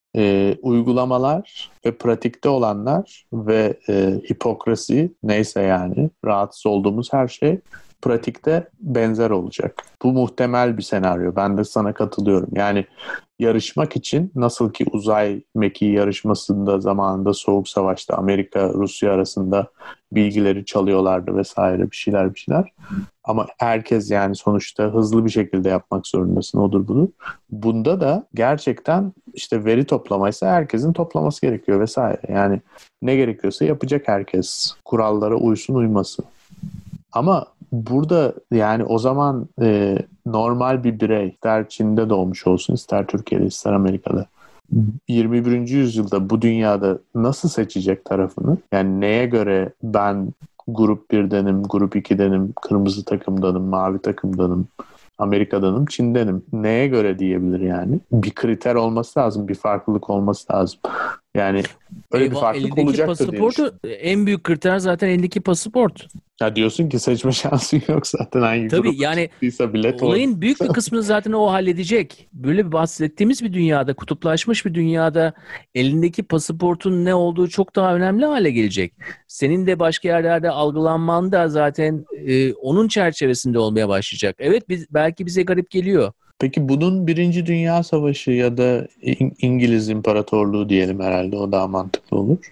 Speaker 1: Uygulamalar ve pratikte olanlar ve hipokrasi neyse yani rahatsız olduğumuz her şey pratikte benzer olacak. Bu muhtemel bir senaryo. Ben de sana katılıyorum. Yani yarışmak için nasıl ki uzay mekiği yarışmasında zamanında Soğuk Savaş'ta Amerika Rusya arasında bilgileri çalıyorlardı vesaire bir şeyler. Ama herkes yani sonuçta hızlı bir şekilde yapmak zorundasın odur budur. Bunda da gerçekten işte veri toplamaysa herkesin toplaması gerekiyor vesaire. Yani ne gerekiyorsa yapacak herkes. Kurallara uysun uymasın. Ama burada yani o zaman normal bir birey ister Çin'de doğmuş olsun ister Türkiye'de ister Amerika'da 21. yüzyılda bu dünyada nasıl seçecek tarafını? Yani neye göre ben grup 1'denim, grup 2'denim, kırmızı takımdanım, mavi takımdanım, Amerika'danım, Çin'denim. Neye göre diyebilir yani? Bir kriter olması lazım, bir farklılık olması lazım. Yani öyle bir farklılık olacaktır diye düşünüyorum.
Speaker 2: En büyük kriter zaten elindeki pasaport.
Speaker 1: Ya diyorsun ki seçme şansın yok zaten hangi
Speaker 2: Tabii
Speaker 1: grup
Speaker 2: yani
Speaker 1: çıktıysa bilet
Speaker 2: olayın büyük bir kısmını zaten o halledecek. Böyle bir bahsettiğimiz bir dünyada, kutuplaşmış bir dünyada elindeki pasaportun ne olduğu çok daha önemli hale gelecek. Senin de başka yerlerde algılanman da zaten onun çerçevesinde olmaya başlayacak. Evet belki bize garip geliyor.
Speaker 1: Peki bunun Birinci Dünya Savaşı ya da İngiliz İmparatorluğu diyelim herhalde o daha mantıklı olur.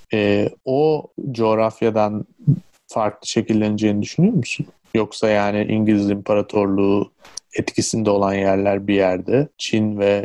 Speaker 1: O coğrafyadan farklı şekilleneceğini düşünüyor musun? Yoksa yani İngiliz İmparatorluğu etkisinde olan yerler bir yerde, Çin ve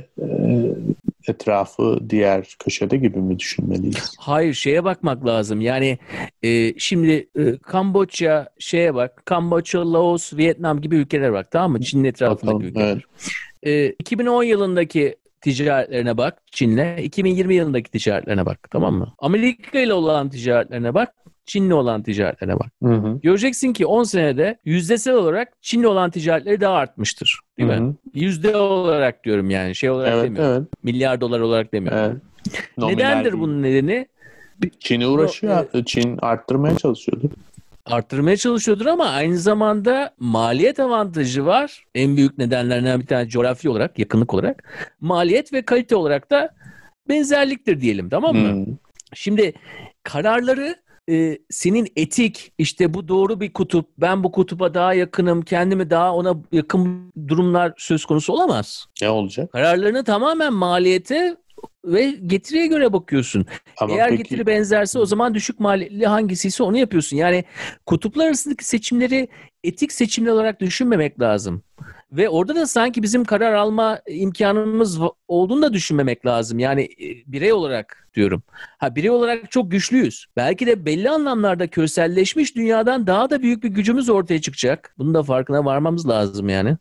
Speaker 1: etrafı diğer köşede gibi mi düşünmeliyiz?
Speaker 2: Hayır, şeye bakmak lazım. Yani şimdi Kamboçya bak. Kamboçya, Laos, Vietnam gibi ülkeler bak, tamam mı? Çin'in etrafındaki ülkeler. Evet. 2010 yılındaki ticaretlerine bak Çin'le. 2020 yılındaki ticaretlerine bak, tamam mı? Amerika ile olan ticaretlerine bak. Çin'le olan ticaretlerine bak.
Speaker 1: Hı.
Speaker 2: Göreceksin ki 10 senede yüzdesel olarak Çin'le olan ticaretleri daha artmıştır. Değil mi? Yüzde olarak diyorum yani. Şey olarak demiyorum. Evet. Milyar dolar olarak demiyorum. Evet. Nedendir bunun nedeni?
Speaker 1: Çin'e uğraşıyor. Çin arttırmaya çalışıyordu.
Speaker 2: Arttırmaya çalışıyordur ama aynı zamanda maliyet avantajı var. En büyük nedenlerinden bir tane coğrafi olarak, yakınlık olarak. Maliyet ve kalite olarak da benzerliktir diyelim, tamam mı? Şimdi kararları senin etik, işte bu doğru bir kutup, ben bu kutuba daha yakınım, kendimi daha ona yakın durumlar söz konusu olamaz.
Speaker 1: Ne olacak?
Speaker 2: Kararlarını tamamen maliyete ve getiriye göre bakıyorsun. Ama eğer peki, getiri benzerse o zaman düşük maliyetli hangisiyse onu yapıyorsun. Yani kutuplar arasındaki seçimleri etik seçimler olarak düşünmemek lazım. Ve orada da sanki bizim karar alma imkanımız olduğunu da düşünmemek lazım. Yani birey olarak diyorum. Birey olarak çok güçlüyüz. Belki de belli anlamlarda kürselleşmiş dünyadan daha da büyük bir gücümüz ortaya çıkacak. Bunun da farkına varmamız lazım yani.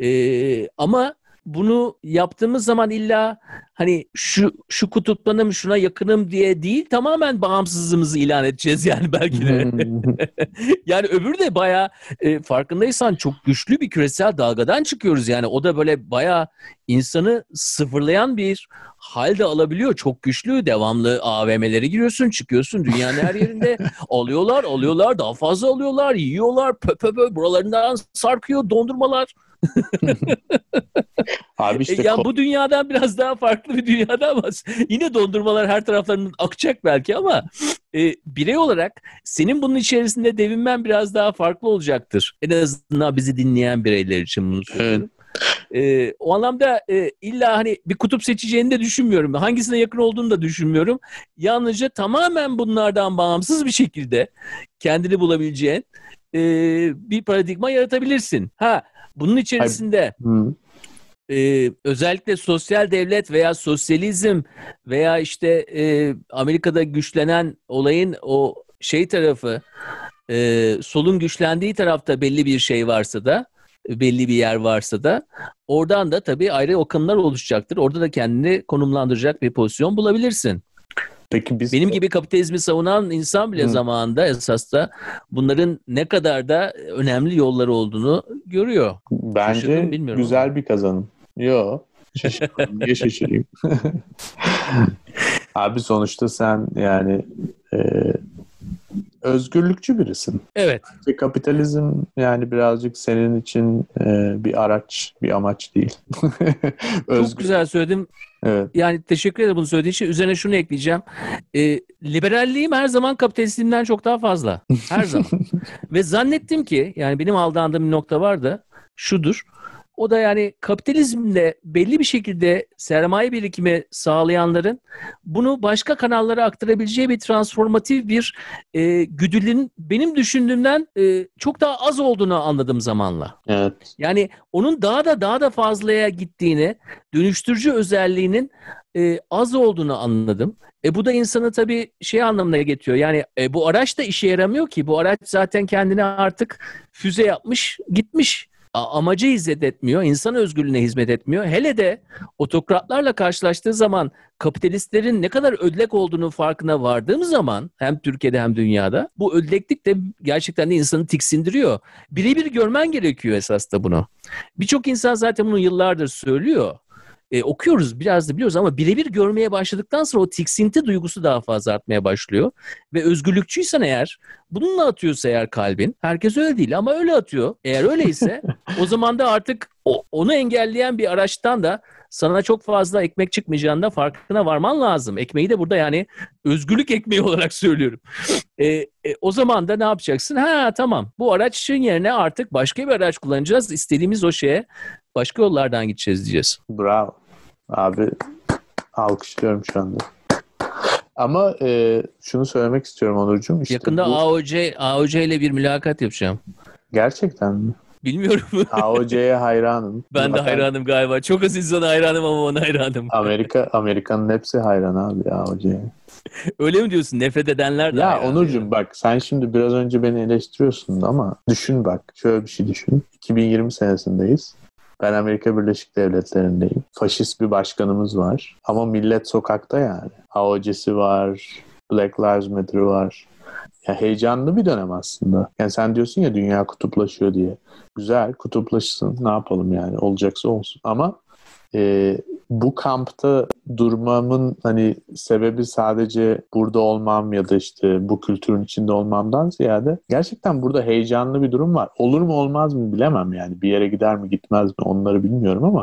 Speaker 2: Ama bunu yaptığımız zaman illa hani şu kutuptanım, şuna yakınım diye değil, tamamen bağımsızlığımızı ilan edeceğiz yani belki de. Yani öbürü de bayağı farkındaysan çok güçlü bir küresel dalgadan çıkıyoruz yani. O da böyle bayağı insanı sıfırlayan bir halde alabiliyor. Çok güçlü, devamlı AVM'lere giriyorsun, çıkıyorsun dünyanın her yerinde. alıyorlar, daha fazla alıyorlar, yiyorlar, buralarından sarkıyor dondurmalar.
Speaker 1: Abi işte
Speaker 2: Yani bu dünyadan biraz daha farklı bir dünyada ama yine dondurmalar her taraflarından akacak belki ama birey olarak senin bunun içerisinde devinmen biraz daha farklı olacaktır. En azından bizi dinleyen bireyler için bunu söylüyorum. O anlamda illa hani bir kutup seçeceğini de düşünmüyorum. Hangisine yakın olduğunu da düşünmüyorum. Yalnızca tamamen bunlardan bağımsız bir şekilde kendini bulabileceğin bir paradigma yaratabilirsin. Bunun içerisinde özellikle sosyal devlet veya sosyalizm veya işte Amerika'da güçlenen olayın o şey tarafı, solun güçlendiği tarafta belli bir şey varsa da, belli bir yer varsa da oradan da tabii ayrı akımlar oluşacaktır. Orada da kendini konumlandıracak bir pozisyon bulabilirsin.
Speaker 1: Peki
Speaker 2: Benim gibi kapitalizmi savunan insan bile zamanında esas da bunların ne kadar da önemli yolları olduğunu görüyor.
Speaker 1: Bence güzel ama bir kazanım. Yok. Şaşırmadım. Niye şaşırayım? Abi sonuçta sen yani özgürlükçü birisin.
Speaker 2: Evet.
Speaker 1: Kapitalizm yani birazcık senin için bir araç, bir amaç değil.
Speaker 2: Çok güzel söyledim.
Speaker 1: Evet.
Speaker 2: Yani teşekkür ederim bunu söylediğin için. Üzerine şunu ekleyeceğim. Liberalliğim her zaman kapitalizmden çok daha fazla. Her zaman. Ve zannettim ki yani benim aldandığım bir nokta var da şudur. O da yani kapitalizmle belli bir şekilde sermaye birikimi sağlayanların bunu başka kanallara aktarabileceği bir transformatif bir güdülün benim düşündüğümden çok daha az olduğunu anladım zamanla.
Speaker 1: Evet.
Speaker 2: Yani onun daha da fazlaya gittiğini, dönüştürücü özelliğinin az olduğunu anladım. Bu da insanı tabii şey anlamına getiriyor. Yani bu araç da işe yaramıyor ki. Bu araç zaten kendine artık füze yapmış, gitmiş. Amaca hizmet etmiyor, insan özgürlüğüne hizmet etmiyor. Hele de otokratlarla karşılaştığı zaman kapitalistlerin ne kadar ödlek olduğunu farkına vardığım zaman hem Türkiye'de hem dünyada bu ödleklik de gerçekten de insanı tiksindiriyor. Birebir görmen gerekiyor esas da bunu. Birçok insan zaten bunu yıllardır söylüyor. Okuyoruz biraz da biliyoruz ama birebir görmeye başladıktan sonra o tiksinti duygusu daha fazla artmaya başlıyor. Ve özgürlükçüysen eğer bununla atıyorsa eğer kalbin, herkes öyle değil ama öyle atıyor. Eğer öyleyse o zaman da artık onu engelleyen bir araçtan da sana çok fazla ekmek çıkmayacağını da farkına varman lazım. Ekmeği de burada yani özgürlük ekmeği olarak söylüyorum. O zaman da ne yapacaksın? Tamam, bu araçın yerine artık başka bir araç kullanacağız. İstediğimiz o şeye başka yollardan gideceğiz diyeceğiz.
Speaker 1: Bravo. Abi alkışlıyorum şu anda. Ama şunu söylemek istiyorum Onurcuğum. İşte
Speaker 2: yakında AOC ile bir mülakat yapacağım.
Speaker 1: Gerçekten mi?
Speaker 2: Bilmiyorum.
Speaker 1: AOC'ye hayranım.
Speaker 2: Ben de hayranım galiba. Çok az insana hayranım ama ona hayranım.
Speaker 1: Amerika'nın hepsi hayran abi AOC'ye.
Speaker 2: Öyle mi diyorsun? Nefret edenler de hayran.
Speaker 1: Ya Onurcuğum bak sen şimdi biraz önce beni eleştiriyorsun ama düşün bak. Şöyle bir şey düşün. 2020 senesindeyiz. Ben Amerika Birleşik Devletleri'ndeyim. Faşist bir başkanımız var. Ama millet sokakta yani. AOC'si var. Black Lives Matter var. Ya heyecanlı bir dönem aslında. Yani sen diyorsun ya dünya kutuplaşıyor diye. Güzel, kutuplaşsın. Ne yapalım yani? Olacaksa olsun. Ama bu kampta durmamın hani sebebi sadece burada olmam ya da işte bu kültürün içinde olmamdan ziyade gerçekten burada heyecanlı bir durum var. Olur mu olmaz mı bilemem yani. Bir yere gider mi gitmez mi onları bilmiyorum ama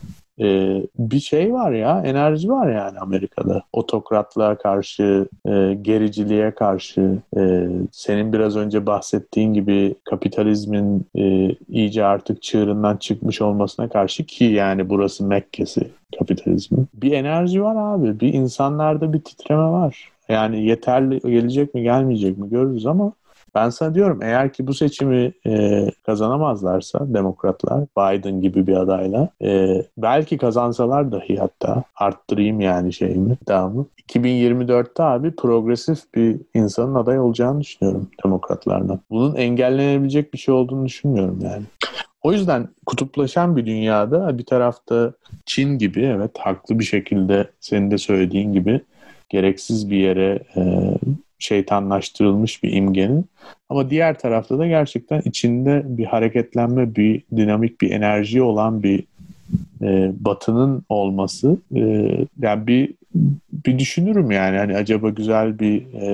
Speaker 1: bir şey var ya, enerji var yani Amerika'da. Otokratlığa karşı, gericiliğe karşı, senin biraz önce bahsettiğin gibi kapitalizmin iyice artık çığırından çıkmış olmasına karşı ki yani burası Mekke'si kapitalizmin. Bir enerji var abi. Bir insanlarda bir titreme var. Yani yeterli gelecek mi gelmeyecek mi görürüz ama ben sana diyorum eğer ki bu seçimi kazanamazlarsa demokratlar Biden gibi bir adayla belki kazansalar dahi hatta arttırayım yani şeyimi iddiamı 2024'te abi progresif bir insanın aday olacağını düşünüyorum demokratlardan. Bunun engellenebilecek bir şey olduğunu düşünmüyorum yani. O yüzden kutuplaşan bir dünyada bir tarafta Çin gibi evet haklı bir şekilde senin de söylediğin gibi gereksiz bir yere şeytanlaştırılmış bir imgenin ama diğer tarafta da gerçekten içinde bir hareketlenme, bir dinamik bir enerji olan bir batının olması yani bir düşünürüm yani hani acaba güzel bir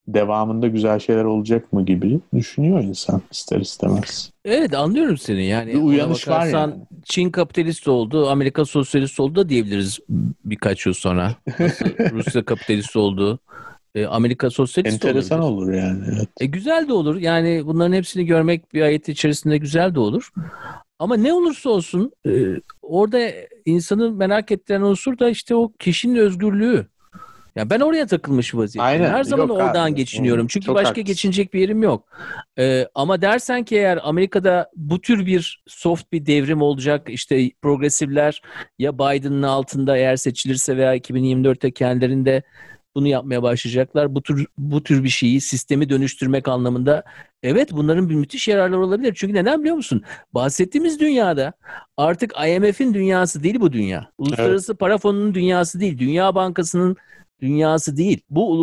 Speaker 1: devamında güzel şeyler olacak mı gibi düşünüyor insan ister istemez.
Speaker 2: Evet, anlıyorum seni. Yani
Speaker 1: Bir uyanış
Speaker 2: ona
Speaker 1: var
Speaker 2: bakarsan
Speaker 1: yani.
Speaker 2: Çin kapitalist oldu, Amerika sosyalist oldu da diyebiliriz birkaç yıl sonra. Nasıl Rusya kapitalist oldu, Amerika sosyalist de
Speaker 1: Enteresan
Speaker 2: olabilir.
Speaker 1: olur yani. Evet.
Speaker 2: Güzel de olur. Yani bunların hepsini görmek bir ayet içerisinde güzel de olur. Ama ne olursa olsun orada insanın merak ettiren unsur da işte o kişinin özgürlüğü. Ya ben oraya takılmış vaziyetteyim.
Speaker 1: Aynen.
Speaker 2: Her zaman
Speaker 1: Yok abi.
Speaker 2: oradan geçiniyorum. Çünkü
Speaker 1: Çok
Speaker 2: başka
Speaker 1: haklısın.
Speaker 2: geçinecek bir yerim yok. Ama dersen ki eğer Amerika'da bu tür bir soft bir devrim olacak, işte progresifler ya Biden'ın altında eğer seçilirse veya 2024'te kendilerinde bunu yapmaya başlayacaklar. Bu tür bir şeyi sistemi dönüştürmek anlamında evet bunların bir müthiş yararları olabilir. Çünkü neden biliyor musun? Bahsettiğimiz dünyada artık IMF'in dünyası değil bu dünya.
Speaker 1: Evet.
Speaker 2: Uluslararası Para Fonu'nun dünyası değil. Dünya Bankası'nın dünyası değil.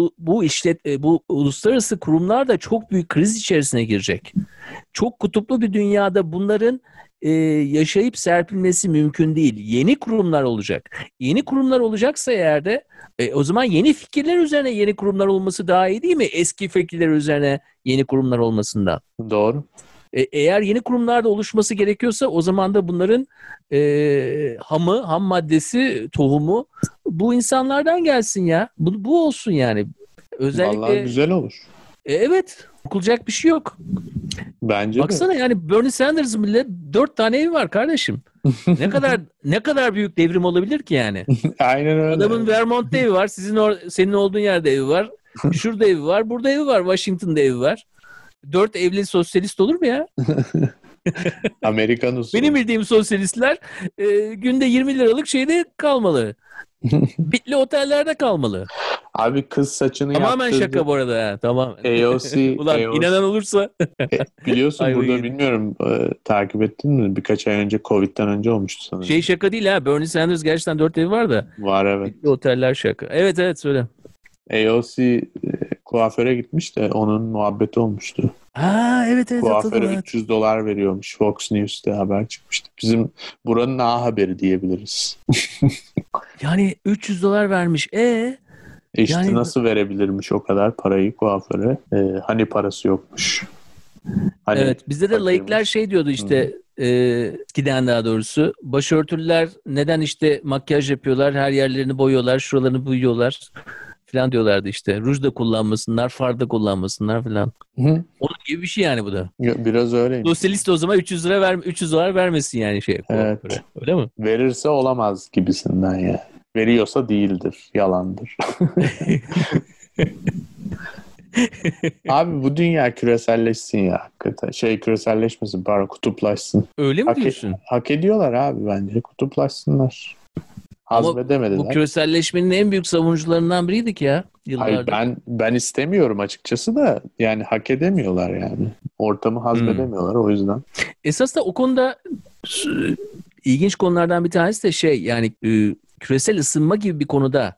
Speaker 2: Bu uluslararası kurumlar da çok büyük kriz içerisine girecek. Çok kutuplu bir dünyada bunların yaşayıp serpilmesi mümkün değil. Yeni kurumlar olacak. Yeni kurumlar olacaksa eğer de o zaman yeni fikirler üzerine yeni kurumlar olması daha iyi değil mi? Eski fikirler üzerine yeni kurumlar olmasından.
Speaker 1: Doğru.
Speaker 2: Eğer yeni kurumlarda oluşması gerekiyorsa o zaman da bunların ham maddesi, tohumu bu insanlardan gelsin ya. Bu olsun yani.
Speaker 1: Vallahi
Speaker 2: Özellikle
Speaker 1: güzel olur.
Speaker 2: evet, korkulacak bir şey yok.
Speaker 1: Bence de.
Speaker 2: Baksana yani Bernie Sanders'ın bile 4 tane evi var kardeşim. Ne kadar büyük devrim olabilir ki yani?
Speaker 1: Aynen öyle.
Speaker 2: Adamın Vermont'ta evi var, senin olduğun yerde evi var. Şurada evi var, burada evi var, Washington'da evi var. 4 evli sosyalist olur mu ya?
Speaker 1: Amerikan usulü.
Speaker 2: Benim bildiğim sosyalistler günde 20 liralık şeyde kalmalı. Bitli otellerde kalmalı.
Speaker 1: Abi kız saçını
Speaker 2: Tamamen
Speaker 1: yaptırdı.
Speaker 2: şaka bu arada. Ha, tamamen.
Speaker 1: AOC,
Speaker 2: Ulan inanan olursa.
Speaker 1: biliyorsun
Speaker 2: Ayvayı
Speaker 1: burada
Speaker 2: yedik.
Speaker 1: bilmiyorum takip ettin mi? Birkaç ay önce Covid'den önce olmuştu sanırım.
Speaker 2: Şey şaka değil ha. Bernie Sanders gerçekten 4 evi var da.
Speaker 1: Var evet.
Speaker 2: Bitli oteller şaka. Evet söyle.
Speaker 1: AOC kuaföre gitmiş de onun muhabbeti olmuştu.
Speaker 2: Ha evet
Speaker 1: Kuaföre
Speaker 2: hatırladım.
Speaker 1: $300 veriyormuş. Fox News'te haber çıkmıştı. Bizim buranın A haberi diyebiliriz.
Speaker 2: Yani $300 vermiş.
Speaker 1: İşte
Speaker 2: Yani
Speaker 1: nasıl verebilirmiş o kadar parayı kuaföre? Hani parası yokmuş. Hani
Speaker 2: evet bizde de
Speaker 1: fakirmiş.
Speaker 2: laikler şey diyordu işte eskiden daha doğrusu başörtüler neden işte makyaj yapıyorlar, her yerlerini boyuyorlar, şuralarını boyuyorlar falan diyorlardı işte. Ruj da kullanmasınlar, far da kullanmasınlar falan.
Speaker 1: Hı.
Speaker 2: Onun gibi bir şey yani bu da.
Speaker 1: Biraz öyleymiş.
Speaker 2: Sosyalist o zaman $300 vermesin yani şey.
Speaker 1: Evet.
Speaker 2: Öyle mi?
Speaker 1: Verirse olamaz gibisinden yani. Veriyorsa değildir, yalandır. Abi bu dünya küreselleşsin ya hakikaten. Küreselleşmesin, pardon, kutuplaşsın.
Speaker 2: Öyle mi diyorsun?
Speaker 1: Hak ediyorlar abi bence. Kutuplaşsınlar.
Speaker 2: Ama
Speaker 1: Hazmedemediler.
Speaker 2: bu küreselleşmenin en büyük savunucularından biriydik ya
Speaker 1: Hayır
Speaker 2: yıllardır.
Speaker 1: ben istemiyorum açıkçası da yani hak edemiyorlar yani. Ortamı hazmedemiyorlar o yüzden.
Speaker 2: Esas da o konuda ilginç konulardan bir tanesi de şey yani küresel ısınma gibi bir konuda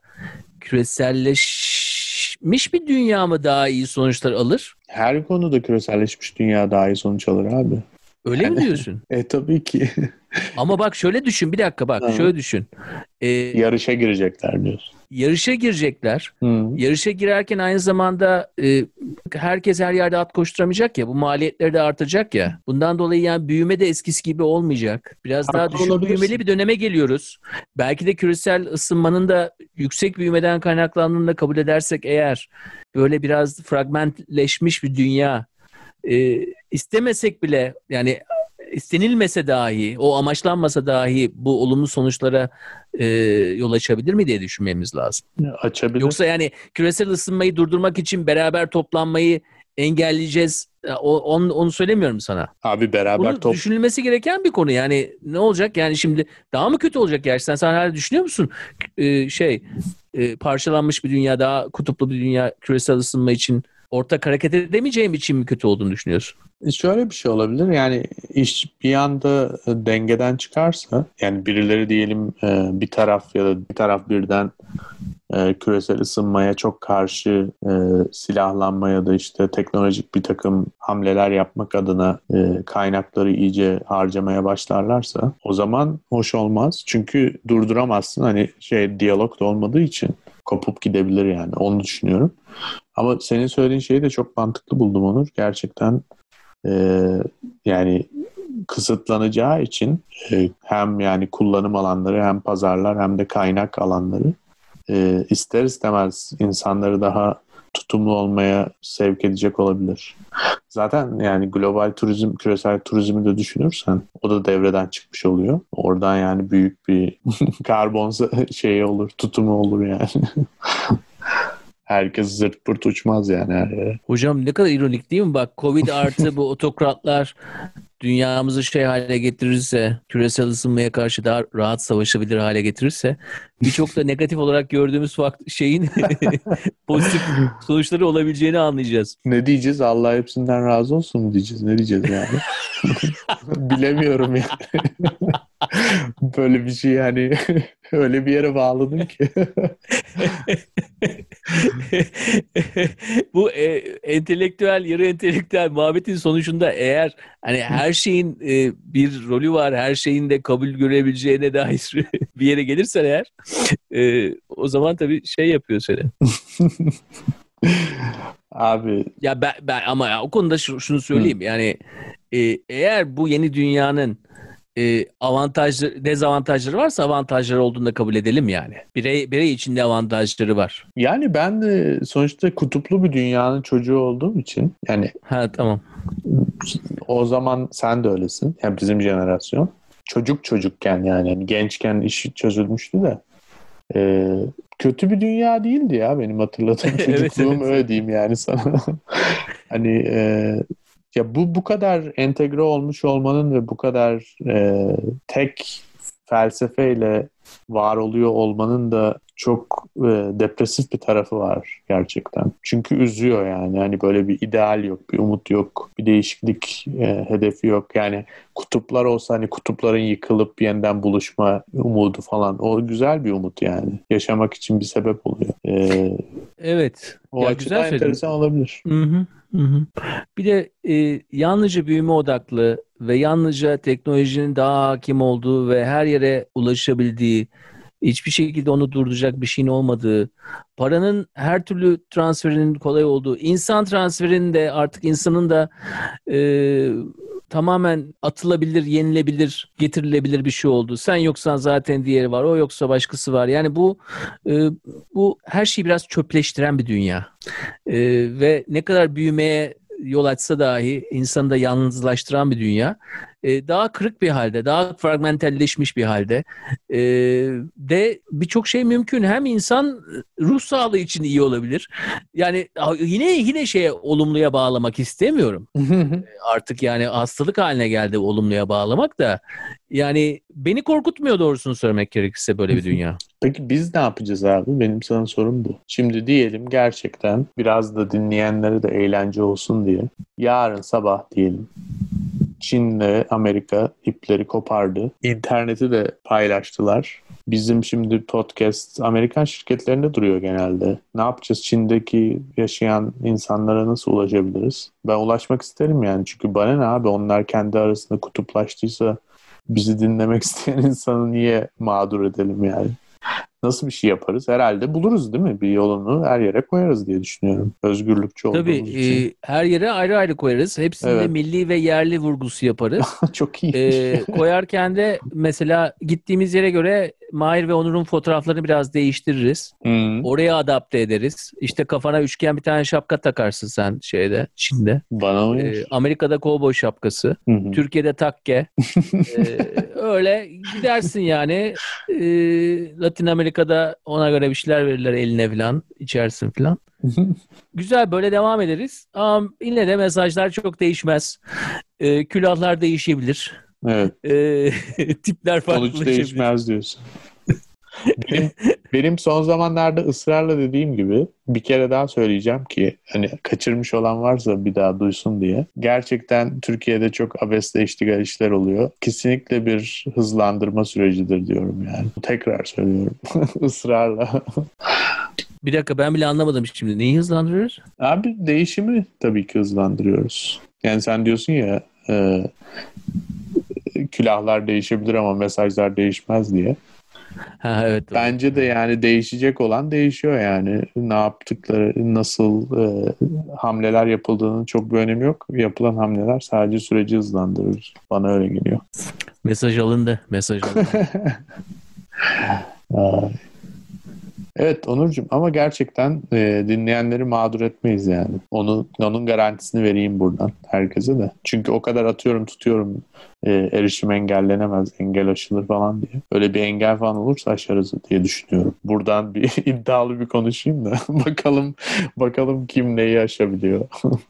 Speaker 2: küreselleşmiş bir dünya mı daha iyi sonuçlar alır?
Speaker 1: Her konuda küreselleşmiş dünya daha iyi sonuç alır abi.
Speaker 2: Öyle mi diyorsun?
Speaker 1: Tabii ki.
Speaker 2: Ama bak şöyle düşün bir dakika bak şöyle düşün.
Speaker 1: Yarışa girecekler diyorsun.
Speaker 2: Yarışa girecekler.
Speaker 1: Hı.
Speaker 2: Yarışa girerken aynı zamanda herkes her yerde at koşturamayacak ya. Bu maliyetleri de artacak ya. Bundan dolayı yani büyüme de eskisi gibi olmayacak. Biraz daha
Speaker 1: Haklı
Speaker 2: düşük
Speaker 1: olabilirsin.
Speaker 2: büyümeli bir döneme geliyoruz. Belki de küresel ısınmanın da yüksek büyümeden kaynaklandığını da kabul edersek eğer böyle biraz fragmentleşmiş bir dünya istemesek bile yani istenilmese dahi, o amaçlanmasa dahi bu olumlu sonuçlara yol açabilir mi diye düşünmemiz lazım.
Speaker 1: Açabilir.
Speaker 2: Yoksa yani küresel ısınmayı durdurmak için beraber toplanmayı engelleyeceğiz. Onu söylemiyorum sana.
Speaker 1: Abi beraber
Speaker 2: Bunu düşünülmesi gereken bir konu. Yani ne olacak? Yani şimdi daha mı kötü olacak gerçekten? Sen hala düşünüyor musun? Parçalanmış bir dünya, daha kutuplu bir dünya küresel ısınma için ortak hareket edemeyeceğim için mi kötü olduğunu düşünüyorsun?
Speaker 1: Şöyle bir şey olabilir yani iş bir anda dengeden çıkarsa yani birileri diyelim bir taraf ya da bir taraf birden küresel ısınmaya çok karşı silahlanma ya da işte teknolojik bir takım hamleler yapmak adına kaynakları iyice harcamaya başlarlarsa o zaman hoş olmaz. Çünkü durduramazsın hani diyalog da olmadığı için kopup gidebilir yani onu düşünüyorum. Ama senin söylediğin şeyi de çok mantıklı buldum Onur. Gerçekten yani kısıtlanacağı için hem yani kullanım alanları hem pazarlar hem de kaynak alanları ister istemez insanları daha tutumlu olmaya sevk edecek olabilir. Zaten yani global turizm, küresel turizmi de düşünürsen o da devreden çıkmış oluyor. Oradan yani büyük bir karbon şeyi olur, tutumu olur yani. Herkes zırt pırt uçmaz yani her yere.
Speaker 2: Hocam ne kadar ironik değil mi? Bak, Covid artı bu otokratlar dünyamızı şey hale getirirse, küresel ısınmaya karşı daha rahat savaşabilir hale getirirse, birçok da negatif olarak gördüğümüz şeyin pozitif sonuçları olabileceğini anlayacağız.
Speaker 1: Ne diyeceğiz? Allah hepsinden razı olsun mu diyeceğiz? Ne diyeceğiz yani? Bilemiyorum yani. Böyle bir şey yani öyle bir yere bağladın ki.
Speaker 2: Bu entelektüel, yarı entelektüel muhabbetin sonucunda eğer hani her şeyin bir rolü var, her şeyin de kabul görebileceğine dair bir yere gelirsen eğer, o zaman tabii şey yapıyor seni.
Speaker 1: Abi
Speaker 2: Ya ben ama ya, o konuda şunu söyleyeyim. Yani eğer bu yeni dünyanın dezavantajları varsa avantajları olduğunu da kabul edelim yani. Birey için de avantajları var.
Speaker 1: yani ben de sonuçta kutuplu bir dünyanın çocuğu olduğum için yani
Speaker 2: Ha, tamam.
Speaker 1: o zaman sen de öylesin. Yani bizim jenerasyon. Çocukken yani gençken iş çözülmüştü de kötü bir dünya değildi ya benim hatırladığım çocukluğum.
Speaker 2: Evet.
Speaker 1: Öyle diyeyim yani sana. Hani ya bu kadar entegre olmuş olmanın ve bu kadar tek felsefeyle var oluyor olmanın da çok depresif bir tarafı var gerçekten. Çünkü üzüyor yani. Hani böyle bir ideal yok, bir umut yok, bir değişiklik hedefi yok. Yani kutuplar olsa hani kutupların yıkılıp yeniden buluşma umudu falan. O güzel bir umut yani. Yaşamak için bir sebep oluyor.
Speaker 2: Evet.
Speaker 1: O
Speaker 2: Ya,
Speaker 1: açıdan
Speaker 2: güzel söyledin.
Speaker 1: enteresan olabilir.
Speaker 2: Hı. Bir de yalnızca büyüme odaklı ve yalnızca teknolojinin daha hakim olduğu ve her yere ulaşabildiği, hiçbir şekilde onu durduracak bir şeyin olmadığı, paranın her türlü transferinin kolay olduğu, insan transferinin de artık insanın da e, tamamen atılabilir, yenilebilir, getirilebilir bir şey oldu. Sen yoksan zaten diğeri var, o yoksa başkası var. Yani bu her şeyi biraz çöpleştiren bir dünya. Ve ne kadar büyümeye yol açsa dahi insanı da yalnızlaştıran bir dünya. Daha kırık bir halde, daha fragmentalleşmiş bir halde. De birçok şey mümkün. Hem insan ruh sağlığı için iyi olabilir. Yani yine şeye, olumluya bağlamak istemiyorum. Artık yani hastalık haline geldi olumluya bağlamak da. Yani beni korkutmuyor doğrusunu söylemek gerekirse böyle bir dünya.
Speaker 1: Peki biz ne yapacağız abi? Benim sana sorum bu. Şimdi diyelim gerçekten biraz da dinleyenlere de eğlence olsun diye. Yarın sabah diyelim Çin'le Amerika ipleri kopardı. İnterneti de paylaştılar. Bizim şimdi podcast Amerikan şirketlerinde duruyor genelde. Ne yapacağız? Çin'deki yaşayan insanlara nasıl ulaşabiliriz? Ben ulaşmak isterim yani. Çünkü bana ne abi? Onlar kendi arasında kutuplaştıysa bizi dinlemek isteyen insanı niye mağdur edelim yani? Nasıl bir şey yaparız? Herhalde buluruz değil mi? Bir yolunu her yere koyarız diye düşünüyorum. Özgürlükçü olduğumuz için.
Speaker 2: Tabii her yere ayrı ayrı koyarız. Hepsinde
Speaker 1: Evet.
Speaker 2: milli ve yerli vurgusu yaparız.
Speaker 1: Çok iyi.
Speaker 2: Koyarken de mesela gittiğimiz yere göre Mahir ve Onur'un fotoğraflarını biraz değiştiririz. Oraya adapte ederiz. İşte kafana üçgen bir tane şapka takarsın sen Çin'de.
Speaker 1: Bana uyar.
Speaker 2: Amerika'da kovboy şapkası. Türkiye'de takke. Öyle gidersin yani. Latin Amerika'da ona göre bir şeyler verirler eline falan. İçersin falan. Güzel, böyle devam ederiz. Ama yine de mesajlar çok değişmez. Külahlar değişebilir.
Speaker 1: Evet.
Speaker 2: Tipler
Speaker 1: Sonuç
Speaker 2: farklılaşabilir.
Speaker 1: değişmez diyorsun. Benim son zamanlarda ısrarla dediğim gibi bir kere daha söyleyeceğim ki hani kaçırmış olan varsa bir daha duysun diye. Gerçekten Türkiye'de çok abesle iştigal işler oluyor. Kesinlikle bir hızlandırma sürecidir diyorum yani. Tekrar söylüyorum. Israrla.
Speaker 2: Bir dakika, ben bile anlamadım şimdi. Neyi hızlandırıyoruz?
Speaker 1: Abi değişimi tabii ki hızlandırıyoruz. Yani sen diyorsun ya külahlar değişebilir ama mesajlar değişmez diye.
Speaker 2: Ha, evet. Doğru.
Speaker 1: Bence de yani değişecek olan değişiyor yani. Ne yaptıkları, nasıl hamleler yapıldığının çok bir önemi yok. Yapılan hamleler sadece süreci hızlandırır. Bana öyle geliyor.
Speaker 2: Mesaj alındı. Mesaj alındı.
Speaker 1: Evet Onurcuğum, ama gerçekten dinleyenleri mağdur etmeyiz yani. Onun garantisini vereyim buradan herkese de. Çünkü o kadar atıyorum tutuyorum, erişim engellenemez, engel aşılır falan diye. Öyle bir engel falan olursa aşarız diye düşünüyorum. Buradan bir iddialı bir konuşayım da bakalım kim neyi aşabiliyor.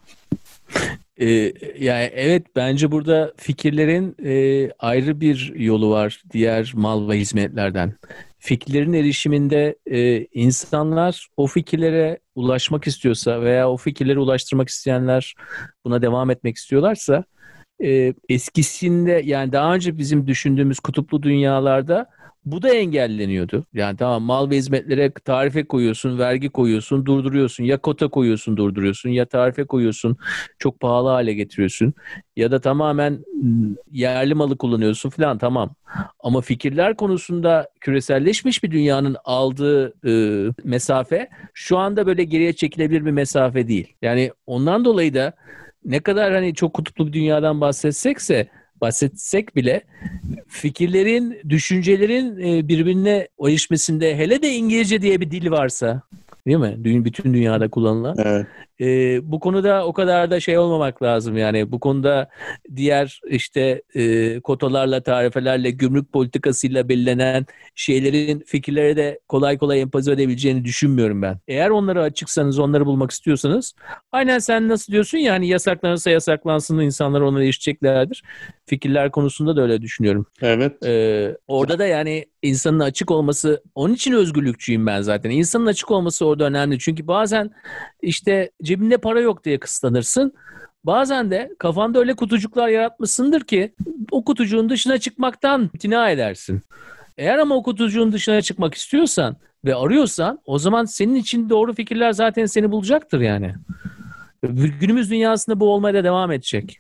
Speaker 2: Yani evet, bence burada fikirlerin ayrı bir yolu var diğer mal ve hizmetlerden. Fikirlerin erişiminde insanlar o fikirlere ulaşmak istiyorsa veya o fikirleri ulaştırmak isteyenler buna devam etmek istiyorlarsa eskisinde, yani daha önce bizim düşündüğümüz kutuplu dünyalarda bu da engelleniyordu. Yani tamam, mal ve hizmetlere tarife koyuyorsun, vergi koyuyorsun, durduruyorsun. Ya kota koyuyorsun, durduruyorsun. Ya tarife koyuyorsun, çok pahalı hale getiriyorsun. Ya da tamamen yerli malı kullanıyorsun falan, tamam. Ama fikirler konusunda küreselleşmiş bir dünyanın aldığı mesafe şu anda böyle geriye çekilebilir bir mesafe değil. Yani ondan dolayı da ne kadar hani çok kutuplu bir dünyadan bahsetsek bile fikirlerin, düşüncelerin birbirine ilişmesinde, hele de İngilizce diye bir dil varsa, değil mi? Bütün dünyada kullanılan.
Speaker 1: Evet.
Speaker 2: Bu konuda o kadar da şey olmamak lazım yani. Bu konuda diğer işte kotalarla, tarifelerle, gümrük politikasıyla belirlenen şeylerin fikirlere de kolay kolay empoze edebileceğini düşünmüyorum ben. Eğer onlara açıksanız, onları bulmak istiyorsanız, aynen sen nasıl diyorsun ya, hani yasaklanırsa yasaklansın, insanlar ona erişeceklerdir. Fikirler konusunda da öyle düşünüyorum.
Speaker 1: Evet.
Speaker 2: Orada da yani insanın açık olması, onun için özgürlükçüyüm ben zaten. İnsanın açık olması orada önemli. Çünkü bazen işte cebinde para yok diye kıskanırsın. Bazen de kafanda öyle kutucuklar yaratmışsındır ki o kutucuğun dışına çıkmaktan imtina edersin. Eğer ama o kutucuğun dışına çıkmak istiyorsan ve arıyorsan, o zaman senin için doğru fikirler zaten seni bulacaktır yani. Günümüz dünyasında bu olmaya da devam edecek.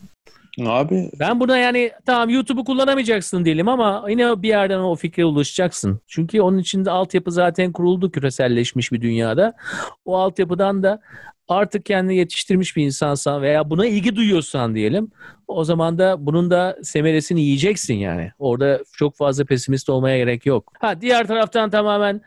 Speaker 1: Abi
Speaker 2: Ben buna yani tamam, YouTube'u kullanamayacaksın diyelim ama yine bir yerden o fikre ulaşacaksın. Çünkü onun içinde altyapı zaten kuruldu küreselleşmiş bir dünyada. O altyapıdan da artık kendini yetiştirmiş bir insansan veya buna ilgi duyuyorsan diyelim, o zaman da bunun da semeresini yiyeceksin yani. Orada çok fazla pesimist olmaya gerek yok. Diğer taraftan tamamen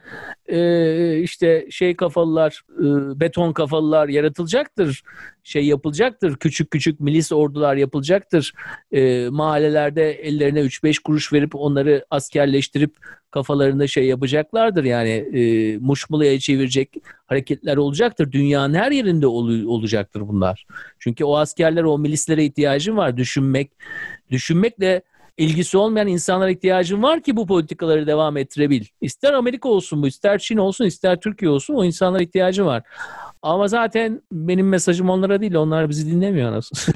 Speaker 2: işte şey kafalılar, beton kafalılar yaratılacaktır. Şey yapılacaktır. Küçük küçük milis ordular yapılacaktır. Mahallelerde ellerine 3-5 kuruş verip onları askerleştirip kafalarında şey yapacaklardır. Yani muşmulaya çevirecek hareketler olacaktır. Dünyanın her yerinde olacaktır bunlar. Çünkü o askerlere, o milislere ihtiyacın var. Düşünmekle ilgisi olmayan insanlara ihtiyacın var ki bu politikaları devam ettirebil. İster Amerika olsun bu, ister Çin olsun, ister Türkiye olsun, o insanlara ihtiyacın var. Ama zaten benim mesajım onlara değil, onlar bizi dinlemiyor anasını.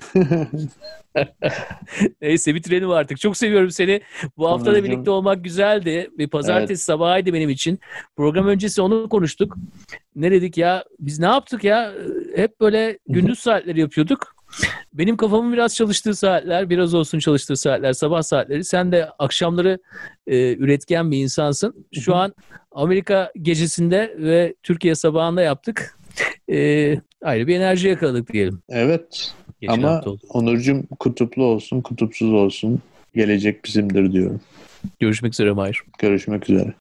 Speaker 2: Neyse, bitirelim artık. Çok seviyorum seni. Bu hafta da birlikte olmak güzeldi. Bir pazartesi sabahıydı benim için. Program öncesi onu konuştuk. Ne dedik ya? Biz ne yaptık ya? Hep böyle gündüz saatleri yapıyorduk. Benim kafamın biraz çalıştığı saatler, biraz olsun çalıştığı saatler, sabah saatleri. Sen de akşamları üretken bir insansın. Şu an Amerika gecesinde ve Türkiye sabahında yaptık. Ayrı bir enerji yakaladık diyelim.
Speaker 1: Evet. Ama Onurcuğum, kutuplu olsun, kutupsuz olsun, gelecek bizimdir diyorum.
Speaker 2: Görüşmek üzere Mahir.
Speaker 1: Görüşmek üzere.